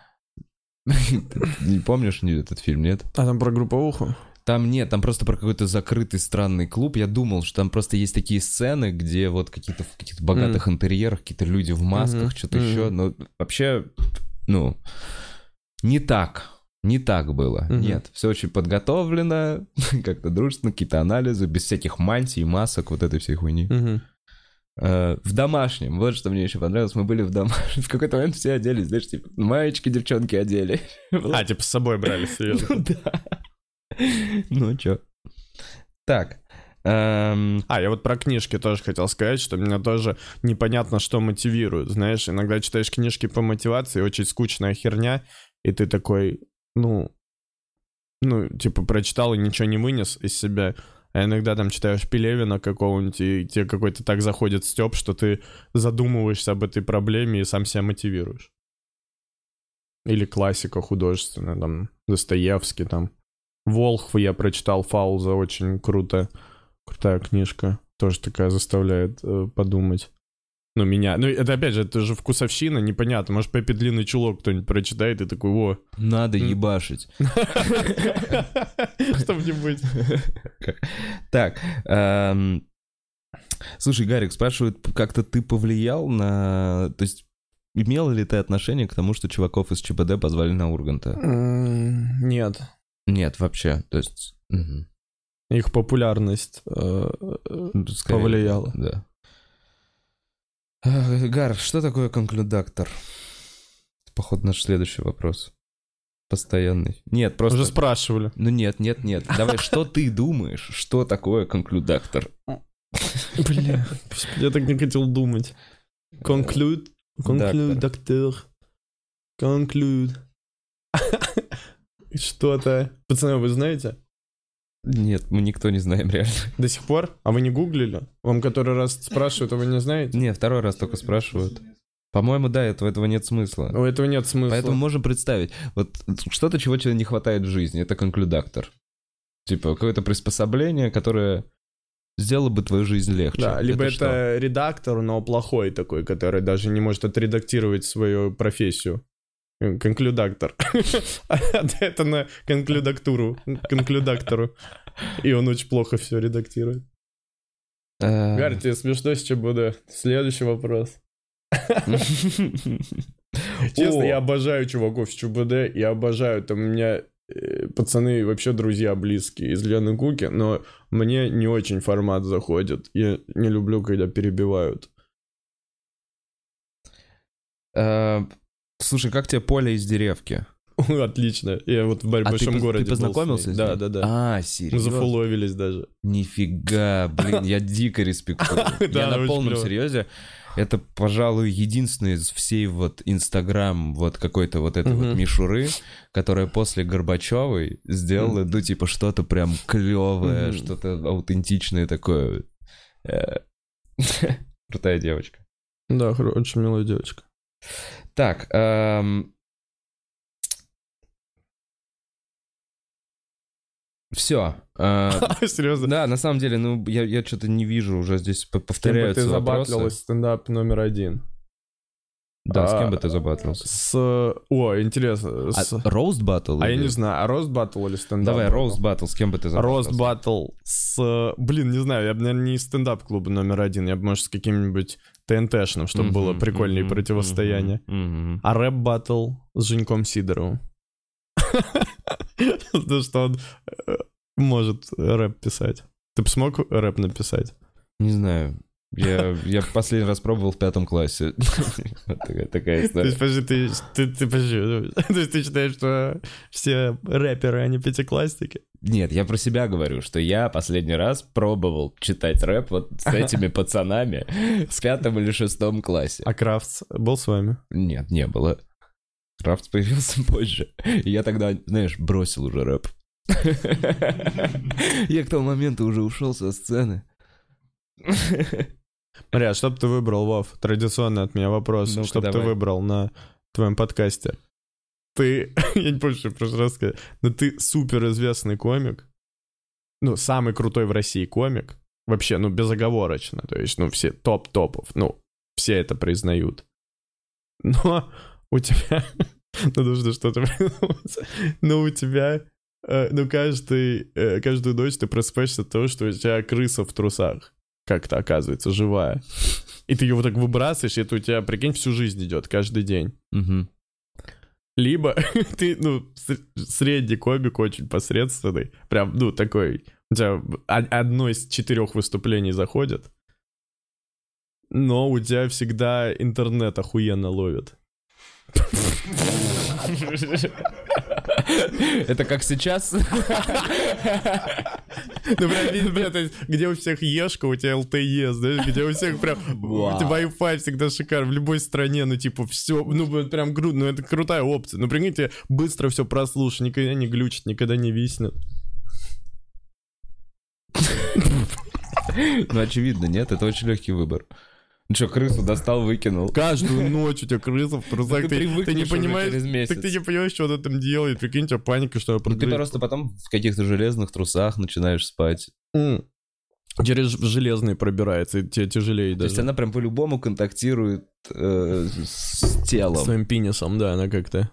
Speaker 1: Не помнишь этот фильм, нет?
Speaker 2: А там про групповуху?
Speaker 1: Там нет, там просто про какой-то закрытый странный клуб. Я думал, что там просто есть такие сцены, где вот какие-то в каких-то богатых интерьерах, какие-то люди в масках, что-то еще. Но вообще, ну, не так. Не так было. Uh-huh. Нет, все очень подготовлено, как-то дружественно, какие-то анализы, без всяких мантий, масок, вот этой всей хуйни.
Speaker 2: Uh-huh.
Speaker 1: Uh, в домашнем, вот что мне еще понравилось, мы были в домашнем, в какой-то момент все оделись, знаешь, типа, маечки девчонки одели.
Speaker 2: А, типа с собой брали, серьезно?
Speaker 1: Ну да. Ну чё. Так. Um...
Speaker 2: А, я вот про книжки тоже хотел сказать, что меня тоже непонятно, что мотивирует. Знаешь, иногда читаешь книжки по мотивации, очень скучная херня, и ты такой... Ну, ну, типа, прочитал и ничего не вынес из себя. А иногда там читаешь Пелевина какого-нибудь, и тебе какой-то так заходит стёб, что ты задумываешься об этой проблеме и сам себя мотивируешь. Или классика художественная, там, Достоевский, там. Волхв я прочитал, Фауза, очень круто. Крутая книжка. Тоже такая заставляет э, подумать. Ну, меня... Ну, это, опять же, это же вкусовщина, непонятно. Может, Пеппи Длинный Чулок кто-нибудь прочитает и такой, о...
Speaker 1: Надо ебашить.
Speaker 2: Чтоб не быть.
Speaker 1: Так. Слушай, Гарик, спрашивают, как-то ты повлиял на... То есть, имел ли ты отношение к тому, что чуваков из ЧБД позвали на Урганта?
Speaker 2: Нет.
Speaker 1: Нет, вообще. То есть...
Speaker 2: Их популярность повлияла.
Speaker 1: Да. Гар, что такое конклюдактор? Походу, наш следующий вопрос. Постоянный. Нет, просто...
Speaker 2: Уже спрашивали.
Speaker 1: Ну нет, нет, нет. Давай, что ты думаешь, что такое конклюдактор?
Speaker 2: Бля, я так не хотел думать. Конклюд... Конклюдактор. Конклюд. Что-то... Пацаны, вы знаете?
Speaker 1: Нет, мы никто не знаем реально.
Speaker 2: До сих пор? А вы не гуглили? Вам который раз спрашивают, а вы не знаете?
Speaker 1: Не, второй раз только спрашивают. По-моему, да, этого, этого нет смысла.
Speaker 2: У этого нет смысла.
Speaker 1: Поэтому можем представить. Вот что-то, чего тебе не хватает в жизни, это конклюдактор. Типа какое-то приспособление, которое сделало бы твою жизнь легче.
Speaker 2: Да, либо
Speaker 1: это,
Speaker 2: это редактор, но плохой такой, который даже не может отредактировать свою профессию. Конклюдактор. Это на конклюдактуру. Конклюдактору. И он очень плохо все редактирует. Гарри, тебе смешно сейчас буду. Следующий вопрос. Честно, я обожаю чуваков с ЧУБД. Я обожаю. Там у меня пацаны вообще друзья близкие из Лены Куки, но мне не очень формат заходит. Я не люблю, когда перебивают.
Speaker 1: Слушай, как тебе Поля из деревки?
Speaker 2: Отлично. Я вот в большом
Speaker 1: а ты,
Speaker 2: городе
Speaker 1: ты познакомился с ним?
Speaker 2: Да, да, да.
Speaker 1: А, серьезно?
Speaker 2: Мы зафоловились даже.
Speaker 1: Нифига, блин, я дико респектую. Я на полном серьезе. Это, пожалуй, единственный из всей вот Инстаграм вот какой-то вот этой вот мишуры, которая после Горбачевой сделала, ну, типа, что-то прям клевое, что-то аутентичное такое. Крутая девочка.
Speaker 2: Да, очень милая девочка.
Speaker 1: Так, эм... все. Э...
Speaker 2: Серьезно?
Speaker 1: Да, на самом деле, ну, я, я что-то не вижу, уже здесь повторяются
Speaker 2: вопросы. С кем бы ты
Speaker 1: вопросы.
Speaker 2: забатлилась стендап номер один?
Speaker 1: Да,
Speaker 2: а,
Speaker 1: с кем бы ты забатлился?
Speaker 2: С... О, интересно. С...
Speaker 1: А, роуст баттл?
Speaker 2: А или... я не знаю, а роуст баттл или стендап?
Speaker 1: Давай, роуст баттл, с кем бы ты забатлился?
Speaker 2: Роуст баттл с... Блин, не знаю, я бы, наверное, не из стендап-клуба номер один, я бы, может, с каким-нибудь ТНТшным, чтобы mm-hmm, было прикольнее mm-hmm, противостояние.
Speaker 1: Mm-hmm.
Speaker 2: А рэп-баттл с Женьком Сидоровым. Потому что он может рэп писать. Ты бы смог рэп написать?
Speaker 1: Не знаю. Я, я последний раз пробовал в пятом классе. такая, такая история.
Speaker 2: То есть, подожди, ты, ты, ты, подожди, то есть ты считаешь, что все рэперы, они пятиклассники?
Speaker 1: Нет, я про себя говорю, что я последний раз пробовал читать рэп вот с этими пацанами в пятом или шестом классе.
Speaker 2: А Крафтс был с вами?
Speaker 1: Нет, не было. Крафтс появился позже. И я тогда, знаешь, бросил уже рэп. Я к тому моменту уже ушел со сцены.
Speaker 2: Мария, что бы ты выбрал, Вов? Традиционный от меня вопрос. Ну-ка, что бы ты выбрал на твоем подкасте? Ты, я не помню, что я в прошлый раз сказал, но ты суперизвестный комик. Ну, самый крутой в России комик. Вообще, ну, безоговорочно. То есть, ну, все топ-топов. Ну, все это признают. Но у тебя... Ну, нужно что-то придумать. Но у тебя... Ну, каждый, каждую ночь ты просыпаешься от того, что у тебя крыса в трусах. Как-то оказывается живая. И ты ее вот так выбрасываешь, и это у тебя, прикинь, всю жизнь идет, каждый день.
Speaker 1: Угу.
Speaker 2: Либо ты, ну, средний комик, очень посредственный. Прям, ну, такой... У тебя одно из четырех выступлений заходит. Но у тебя всегда интернет охуенно ловит.
Speaker 1: Это как сейчас?
Speaker 2: Ну, прям, то есть, где у всех ешка, у тебя эл тэ е, знаешь, где у всех прям Wi-Fi всегда шикарно, в любой стране, ну, типа, все, ну, прям круто, ну, это крутая опция. Ну, прикиньте, быстро все прослушать, никогда не глючит, никогда не виснет.
Speaker 1: Ну, очевидно, нет, это очень легкий выбор. Ну что, крысу достал, выкинул.
Speaker 2: Каждую ночь у тебя крыса в трусах. Ты, ты, ты не понимаешь, так ты не понимаешь, что она там делает. Прикинь, у тебя паника, что она
Speaker 1: прогрызет. Ну ты просто потом в каких-то железных трусах начинаешь спать.
Speaker 2: Mm. Через железные пробирается, и тебе тяжелее даже.
Speaker 1: То есть она прям по-любому контактирует э, с телом.
Speaker 2: Своим пенисом, да, она как-то...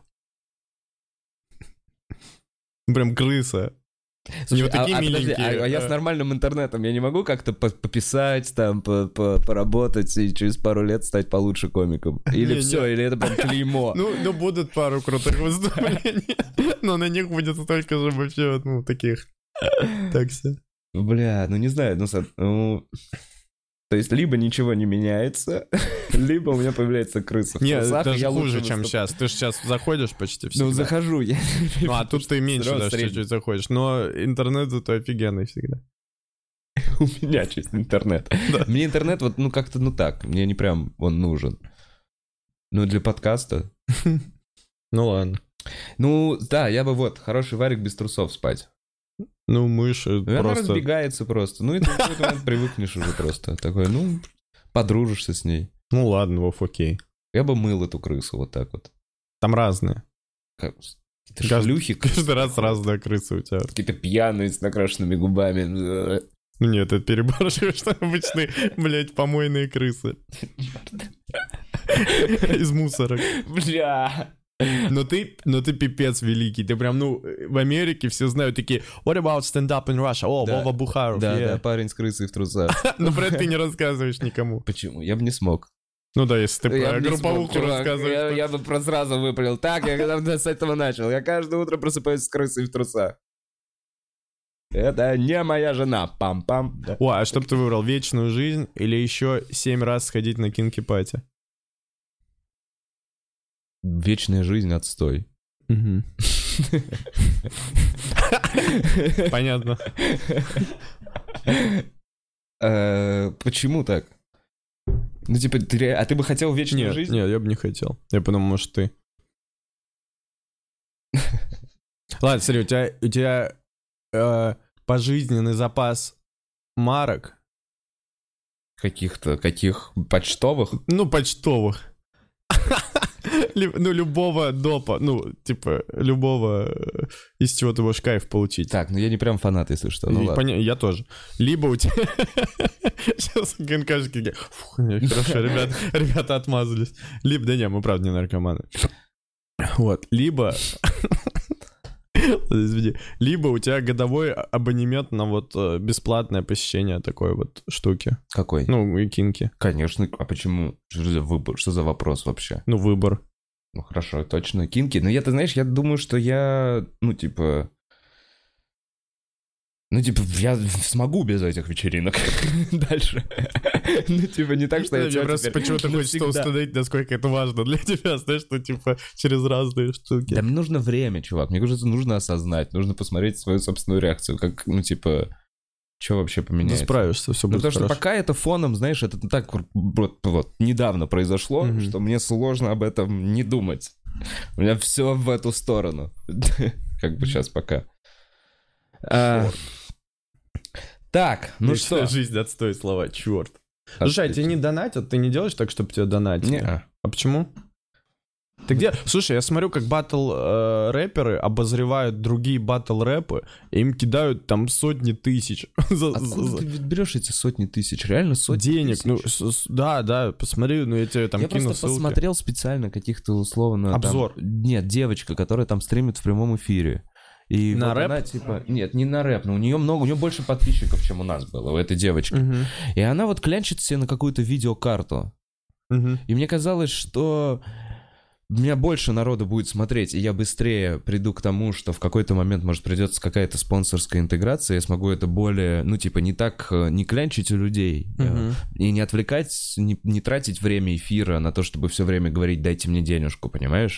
Speaker 2: Прям крыса.
Speaker 1: Слушай, вот такие а, миленькие. А, подожди, а, а я с нормальным интернетом, я не могу как-то пописать, там, поработать и через пару лет стать получше комиком? Или все, или это прям клеймо?
Speaker 2: Ну, ну, будут пару крутых выступлений, но на них будет столько же вообще, ну, таких. Так все.
Speaker 1: Бля, ну не знаю, ну... То есть либо ничего не меняется, либо у меня появляется крыса в трусах.
Speaker 2: Нет, это хуже, чем сейчас. Ты же сейчас заходишь почти всегда.
Speaker 1: Ну, захожу я.
Speaker 2: Ну, а тут ты меньше даже чуть-чуть заходишь. Но интернет зато офигенный всегда.
Speaker 1: У меня чисто интернет. Мне интернет вот, ну, как-то, ну так. Мне не прям он нужен. Ну, для подкаста.
Speaker 2: Ну, ладно.
Speaker 1: Ну, да, я бы вот, хороший варик без трусов спать.
Speaker 2: Ну, мышь
Speaker 1: И
Speaker 2: просто...
Speaker 1: она разбегается просто. Ну, и ты в какой-то момент привыкнешь уже просто. Такой, ну, подружишься с ней.
Speaker 2: Ну, ладно, Вов, окей.
Speaker 1: Я бы мыл эту крысу вот так вот.
Speaker 2: Там разные.
Speaker 1: Как... Какие-то
Speaker 2: Каждый,
Speaker 1: шлюхи.
Speaker 2: каждый раз разная крыса у тебя.
Speaker 1: Какие-то пьяные с накрашенными губами.
Speaker 2: Ну нет, это перебарщиваешь, что обычные, блядь, помойные крысы. Из мусора.
Speaker 1: Бля.
Speaker 2: Но ты, но ты пипец великий. Ты прям, ну, в Америке все знают такие, what about stand-up in Russia? О,
Speaker 1: Да.
Speaker 2: Вова Бухаров.
Speaker 1: Да,
Speaker 2: yeah.
Speaker 1: да, парень с крысой в трусах.
Speaker 2: Но про это ты не рассказываешь никому.
Speaker 1: Почему? Я бы не смог.
Speaker 2: Ну да, если ты
Speaker 1: Я
Speaker 2: про
Speaker 1: бы не
Speaker 2: групповуху
Speaker 1: смог, чувак.
Speaker 2: рассказываешь.
Speaker 1: Я,
Speaker 2: то-
Speaker 1: я бы про сразу выпалил. Так, я когда с этого начал. Я каждое утро просыпаюсь с крысой в трусах. Это не моя жена. Пам-пам. Да.
Speaker 2: О, а что бы ты выбрал, вечную жизнь или еще семь раз сходить на кинки-пати?
Speaker 1: Вечная жизнь отстой.
Speaker 2: Понятно.
Speaker 1: Э, Почему так? Ну, типа, ты ре- а ты бы хотел вечную
Speaker 2: Нет,
Speaker 1: жизнь?
Speaker 2: нет, я бы не хотел. Я подумал, может, ты. Ладно, смотри, у тебя, у тебя э, пожизненный запас марок,
Speaker 1: Каких-то, каких? Почтовых?
Speaker 2: ну, почтовых. Лю- Ну, любого допа, ну, типа, любого, э, из чего ты можешь кайф получить.
Speaker 1: Так, ну я не прям фанат, если что. Ну,
Speaker 2: И
Speaker 1: ладно.
Speaker 2: поня- Я тоже. Либо у тебя... Сейчас ГНКшки такие, «Фух, хорошо, ребят, ребята отмазались. Либо, да не, мы правда не наркоманы. Вот, либо... Извини. Либо у тебя годовой абонемент на вот э, бесплатное посещение такой вот штуки.
Speaker 1: Какой?
Speaker 2: Ну, и кинки.
Speaker 1: Конечно. А почему? Что за выбор? Что за вопрос вообще?
Speaker 2: Ну, выбор.
Speaker 1: Ну, хорошо, точно. Кинки. Но я, ты знаешь, я думаю, что я, ну, типа... Ну, типа, я смогу без этих вечеринок дальше. Ну, типа, не так, что я
Speaker 2: Мне
Speaker 1: тебя
Speaker 2: просто
Speaker 1: теперь
Speaker 2: почему-то хочется
Speaker 1: навсегда.
Speaker 2: установить, насколько это важно для тебя, знаешь, что типа через разные штуки.
Speaker 1: Да мне нужно время, чувак. Мне кажется, нужно осознать, нужно посмотреть свою собственную реакцию. Как, ну, типа, что вообще
Speaker 2: Ты
Speaker 1: поменяется?
Speaker 2: справишься, все
Speaker 1: Ну,
Speaker 2: будет
Speaker 1: потому что
Speaker 2: хорошо.
Speaker 1: пока это фоном, знаешь, это так вот, вот недавно произошло,
Speaker 2: Мгм.
Speaker 1: что мне сложно об этом не думать. У меня все в эту сторону. Как бы сейчас пока. А, Так, ну
Speaker 2: Вечная
Speaker 1: что?
Speaker 2: жизнь, отстой слова, черт. Слушай, а тебе не донатят? Ты не делаешь так, чтобы тебе донатили?
Speaker 1: Не-а.
Speaker 2: А почему? Ты где? Слушай, я смотрю, как батл э, рэперы обозревают другие батл рэпы, и им кидают там сотни тысяч за- за-
Speaker 1: Откуда
Speaker 2: за-
Speaker 1: ты берешь эти сотни тысяч? Реально сотни
Speaker 2: денег.
Speaker 1: тысяч?
Speaker 2: Ну, с- с- да, да, посмотри, ну я тебе там
Speaker 1: Я
Speaker 2: кину
Speaker 1: просто
Speaker 2: ссылки.
Speaker 1: посмотрел специально каких-то условно... там-
Speaker 2: Обзор.
Speaker 1: Нет, девочка, которая там стримит в прямом эфире. И
Speaker 2: На
Speaker 1: вот
Speaker 2: рэп?
Speaker 1: она, типа... Нет, не на рэп, но у нее много, у нее больше подписчиков, чем у нас было, у этой девочки.
Speaker 2: Мгм,
Speaker 1: И она вот клянчит себе на какую-то видеокарту.
Speaker 2: мгм.
Speaker 1: И мне казалось, что меня больше народу будет смотреть, и я быстрее приду к тому, что в какой-то момент, может, придется какая-то спонсорская интеграция, я смогу это более, ну, типа, не так, э, не клянчить у людей, э,
Speaker 2: Мгм.
Speaker 1: и не отвлекать, не, не тратить время эфира на то, чтобы все время говорить «дайте мне денежку», понимаешь?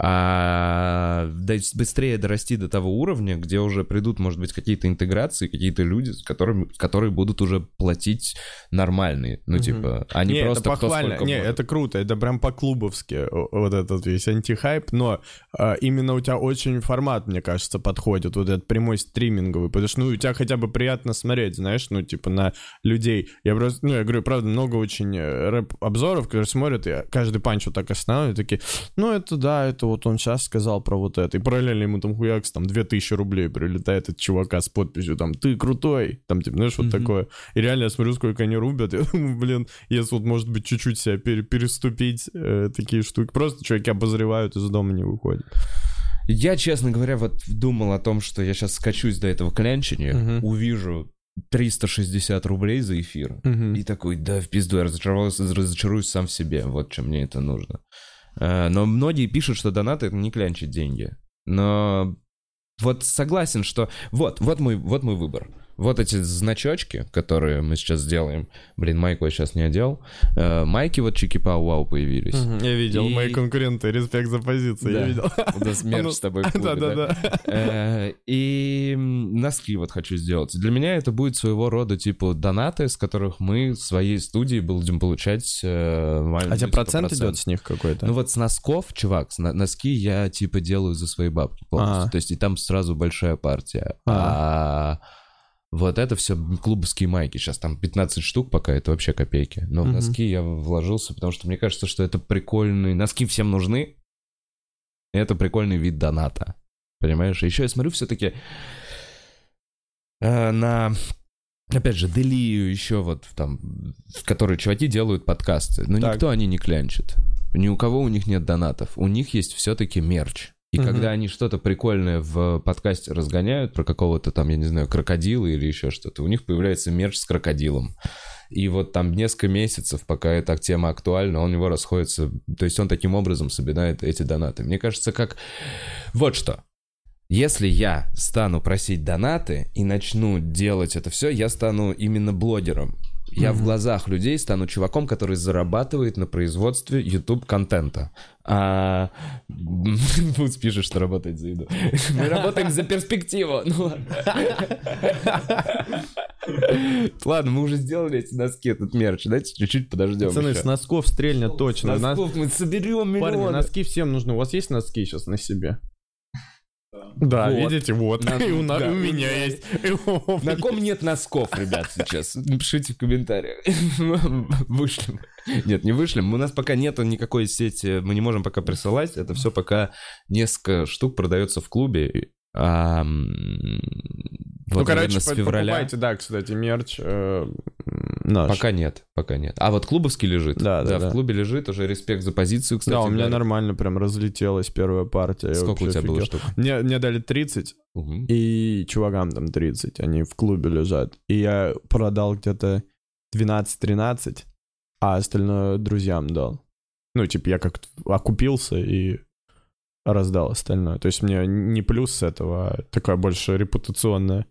Speaker 1: А дать быстрее дорасти до того уровня, где уже придут, может быть, какие-то интеграции, какие-то люди, с которыми, которые будут уже платить нормальные, ну,
Speaker 2: Мгм.
Speaker 1: типа, а не
Speaker 2: не,
Speaker 1: просто
Speaker 2: это
Speaker 1: кто
Speaker 2: похвально.
Speaker 1: сколько
Speaker 2: Не,
Speaker 1: может.
Speaker 2: это круто, это прям по-клубовски о- вот этот весь антихайп, но а, именно у тебя очень формат, мне кажется, подходит, вот этот прямой стриминговый, потому что, ну, у тебя хотя бы приятно смотреть, знаешь, ну, типа, на людей. Я просто, ну, я говорю, правда, много очень э, рэп-обзоров, которые смотрят, и каждый панч вот так останавливает, такие, ну, это да, это вот он сейчас сказал про вот это, и параллельно ему там хуякс, там, две тысячи рублей прилетает от чувака с подписью, там, ты крутой, там, типа, знаешь, вот
Speaker 1: Мгм.
Speaker 2: такое. И реально я смотрю, сколько они рубят, я думаю, блин, если вот, может быть, чуть-чуть себя пере- переступить, э, такие штуки, просто чуваки обозревают, из дома не выходят.
Speaker 1: Я, честно говоря, вот думал о том, что я сейчас скачусь до этого клянчения,
Speaker 2: Мгм.
Speaker 1: увижу триста шестьдесят рублей за эфир, и такой, да, в пизду, я разочаровался, разочаруюсь сам в себе, вот чем мне это нужно. А, Но многие пишут, что донат — это не клянчить деньги. Но вот согласен, что... Вот, вот мой, вот мой выбор. Вот эти значочки, которые мы сейчас сделаем. Блин, майку я сейчас не одел. Э, майки вот чики-пау-вау появились.
Speaker 2: Угу, я видел,
Speaker 1: И...
Speaker 2: мои конкуренты, респект за позицию,
Speaker 1: да.
Speaker 2: я видел.
Speaker 1: У нас мерч с тобой в клубе, да? И носки вот хочу сделать. Для меня это будет своего рода, типа, донаты, с которых мы в своей студии будем получать...
Speaker 2: А тебе процент идет с них какой-то?
Speaker 1: Ну вот с носков, чувак, с носки я, типа, делаю за свои бабки полностью. А-а. То есть и там сразу большая партия. А-а. А вот это все клубовские майки. Сейчас там пятнадцать штук пока, это вообще копейки. Но в носки я вложился, потому что мне кажется, что это прикольный... Носки всем нужны. Это прикольный вид доната. Понимаешь? И еще я смотрю все-таки э, на... Опять же, Делию еще вот там... Которые чуваки делают подкасты. Но так. Никто они не клянчит. Ни у кого у них нет донатов. У них есть все-таки мерч. И mm-hmm. когда они что-то прикольное в подкасте разгоняют про какого-то там, я не знаю, крокодила или еще что-то, у них появляется мерч с крокодилом. И вот там несколько месяцев, пока эта тема актуальна, он у него расходится. То есть он таким образом собирает эти донаты. Мне кажется, как... Вот что. Если я стану просить донаты и начну делать это все, я стану именно блогером. Я mm-hmm. в глазах людей стану чуваком, который зарабатывает на производстве YouTube-контента. А... Бутс пишет, что работает за еду. Мы работаем за перспективу. Ну ладно. Ладно, мы уже сделали эти носки, этот мерч. Давайте чуть-чуть подождем.
Speaker 2: Пацаны,
Speaker 1: еще.
Speaker 2: С носков стрельнет точно.
Speaker 1: С носков мы соберем миллионы.
Speaker 2: Парни, носки всем нужны. У вас есть носки сейчас на себе? Да, вот. Видите, вот.
Speaker 1: На,
Speaker 2: и у,
Speaker 1: да,
Speaker 2: у меня да. есть.
Speaker 1: На ком нет носков, ребят, сейчас? Напишите в комментариях. Вышлем. Нет, не вышлем. У нас пока нету никакой сети, мы не можем пока присылать. Это все пока несколько штук продается в клубе. А, вот,
Speaker 2: ну, короче,
Speaker 1: наверное, с февраля...
Speaker 2: покупайте, да, кстати, мерч э, наш.
Speaker 1: Пока нет, пока нет. А вот клубовский лежит.
Speaker 2: Да, да,
Speaker 1: да.
Speaker 2: да.
Speaker 1: В клубе лежит, уже респект за позицию, кстати.
Speaker 2: Да, у меня
Speaker 1: говоря.
Speaker 2: Нормально прям разлетелась первая партия.
Speaker 1: Сколько у тебя офигел. Было штук?
Speaker 2: Мне, мне дали тридцать, угу. И чувакам там тридцать, они в клубе лежат. И я продал где-то двенадцать-тринадцать, а остальное друзьям дал. Ну, типа, я как-то окупился и... раздал остальное. То есть мне не плюс с этого, а такая больше репутационная.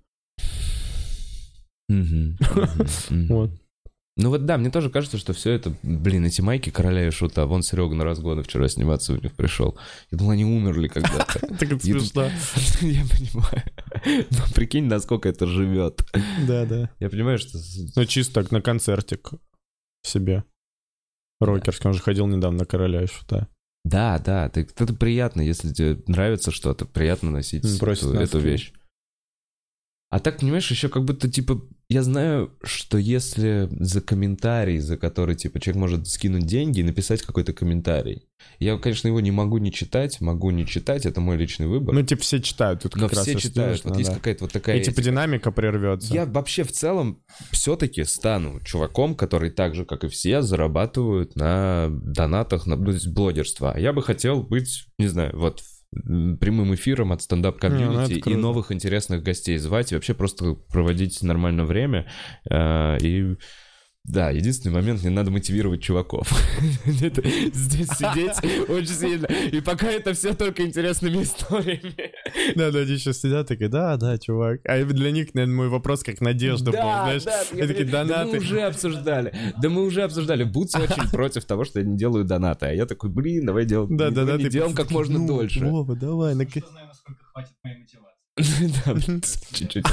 Speaker 2: Вот.
Speaker 1: Ну вот да, мне тоже кажется, что все это, блин, эти майки короля и шута. Вон Серега на разгоны вчера сниматься у них пришел. Я думал, они умерли когда-то.
Speaker 2: Так это смешно.
Speaker 1: Я понимаю. Но прикинь, насколько это живет.
Speaker 2: Да, да.
Speaker 1: Я понимаю, что...
Speaker 2: Ну чисто так на концертик себе. Рокерский, он же ходил недавно на короля и шута.
Speaker 1: Да, да, это, это приятно, если тебе нравится что-то, приятно носить эту, эту вещь. А так, понимаешь, еще как будто, типа, я знаю, что если за комментарий, за который, типа, человек может скинуть деньги и написать какой-то комментарий, я, конечно, его не могу не читать, могу не читать, это мой личный выбор.
Speaker 2: Ну, типа, все читают тут как
Speaker 1: Но
Speaker 2: раз.
Speaker 1: все читают,
Speaker 2: слышно,
Speaker 1: вот
Speaker 2: да.
Speaker 1: есть какая-то вот такая...
Speaker 2: И, типа, динамика прервется.
Speaker 1: Я вообще в целом все-таки стану чуваком, который так же, как и все, зарабатывают на донатах, на блогерство. Я бы хотел быть, не знаю, вот... прямым эфиром от стендап-комьюнити ну, и новых интересных гостей звать, и вообще просто проводить нормальное время. И да, единственный момент, мне надо мотивировать чуваков. Здесь сидеть очень сильно. И пока это все только интересными историями.
Speaker 2: Да, да, они сейчас сидят такие, да, да, чувак. А для них, наверное, мой вопрос как надежда был, знаешь.
Speaker 1: Да, да. Да мы уже обсуждали. Да мы уже обсуждали. Бутс очень против того, что я не делаю донаты. А я такой, блин, давай делаем. Да, да, да. Делаем как можно дольше.
Speaker 2: Вова, давай.
Speaker 3: Я знаю, насколько хватит моей мотивации.
Speaker 1: Чуть-чуть.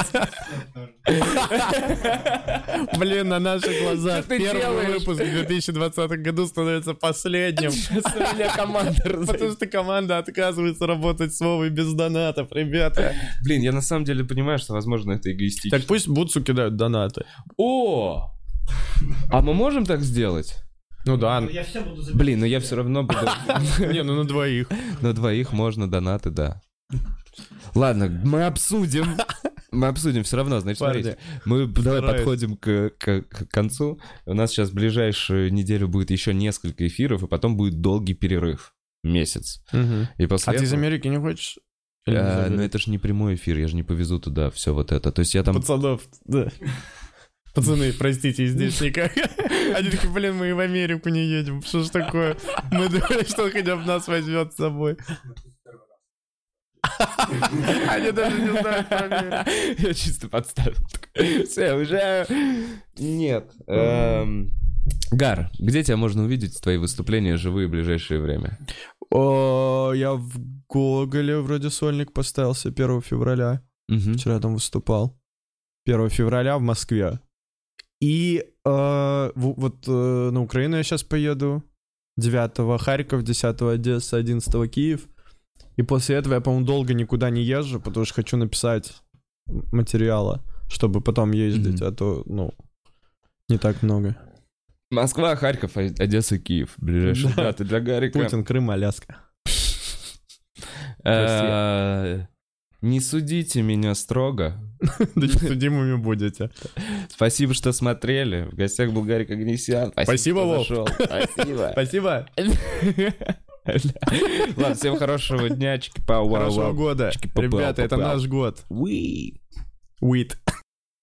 Speaker 2: Блин, на наших глазах первый выпуск в две тысячи двадцатом году становится последним. Потому что команда отказывается работать с Вовой без донатов, ребята.
Speaker 1: Блин, я на самом деле понимаю, что, возможно, это эгоистично.
Speaker 2: Так пусть Бутсу кидают донаты.
Speaker 1: О! А мы можем так сделать?
Speaker 2: Ну да.
Speaker 3: Я все буду забирать.
Speaker 1: Блин, но я все равно буду...
Speaker 2: Не, ну на двоих.
Speaker 1: На двоих можно донаты, да. Ладно, мы обсудим. Мы обсудим все равно. Значит, смотрите, мы давай подходим к, к, к концу. У нас сейчас в ближайшую неделю будет еще несколько эфиров, и потом будет долгий перерыв. Месяц.
Speaker 2: Угу.
Speaker 1: И после
Speaker 2: а
Speaker 1: этого...
Speaker 2: ты из Америки не хочешь?
Speaker 1: А, ну это же не прямой эфир, я же не повезу туда все вот это. То есть я там...
Speaker 2: Пацанов, да. Пацаны, простите, здесь никак. Они такие, блин, мы и в Америку не едем. Что ж такое? Мы думали, что хотя бы нас возьмет с собой. Они даже не знают про меня.
Speaker 1: Я чисто подставил. Все, я уезжаю. Нет. Эм, Гар, где тебя можно увидеть, твои выступления живые в ближайшее время?
Speaker 2: О, я в Гоголе вроде сольник поставился первого февраля.
Speaker 1: Мгм.
Speaker 2: Вчера там выступал. первого февраля в Москве. И э, в- вот э, на Украину я сейчас поеду. девятого Харьков, десятого Одесса, одиннадцатого Киев. И после этого я, по-моему, долго никуда не езжу, потому что хочу написать м- материала, чтобы потом ездить,
Speaker 1: Мгм.
Speaker 2: а то, ну, не так много.
Speaker 1: Москва, Харьков, О- Одесса, Киев. Ближайшие
Speaker 2: Да.
Speaker 1: даты для Гарика.
Speaker 2: Путин, Крым, Аляска.
Speaker 1: Э, Не судите меня строго.
Speaker 2: Да не судимыми будете.
Speaker 1: Спасибо, что смотрели. В гостях был Гарик Агнесян.
Speaker 2: Спасибо,
Speaker 1: что
Speaker 2: Вов.
Speaker 1: зашел. Спасибо.
Speaker 2: Спасибо.
Speaker 1: Ладно, всем хорошего дня. Чики-пау, вау,
Speaker 2: Хорошего
Speaker 1: вау.
Speaker 2: года.
Speaker 1: Чики-пау,
Speaker 2: Ребята, это
Speaker 1: пау.
Speaker 2: наш год.
Speaker 1: Уи.
Speaker 2: Уит.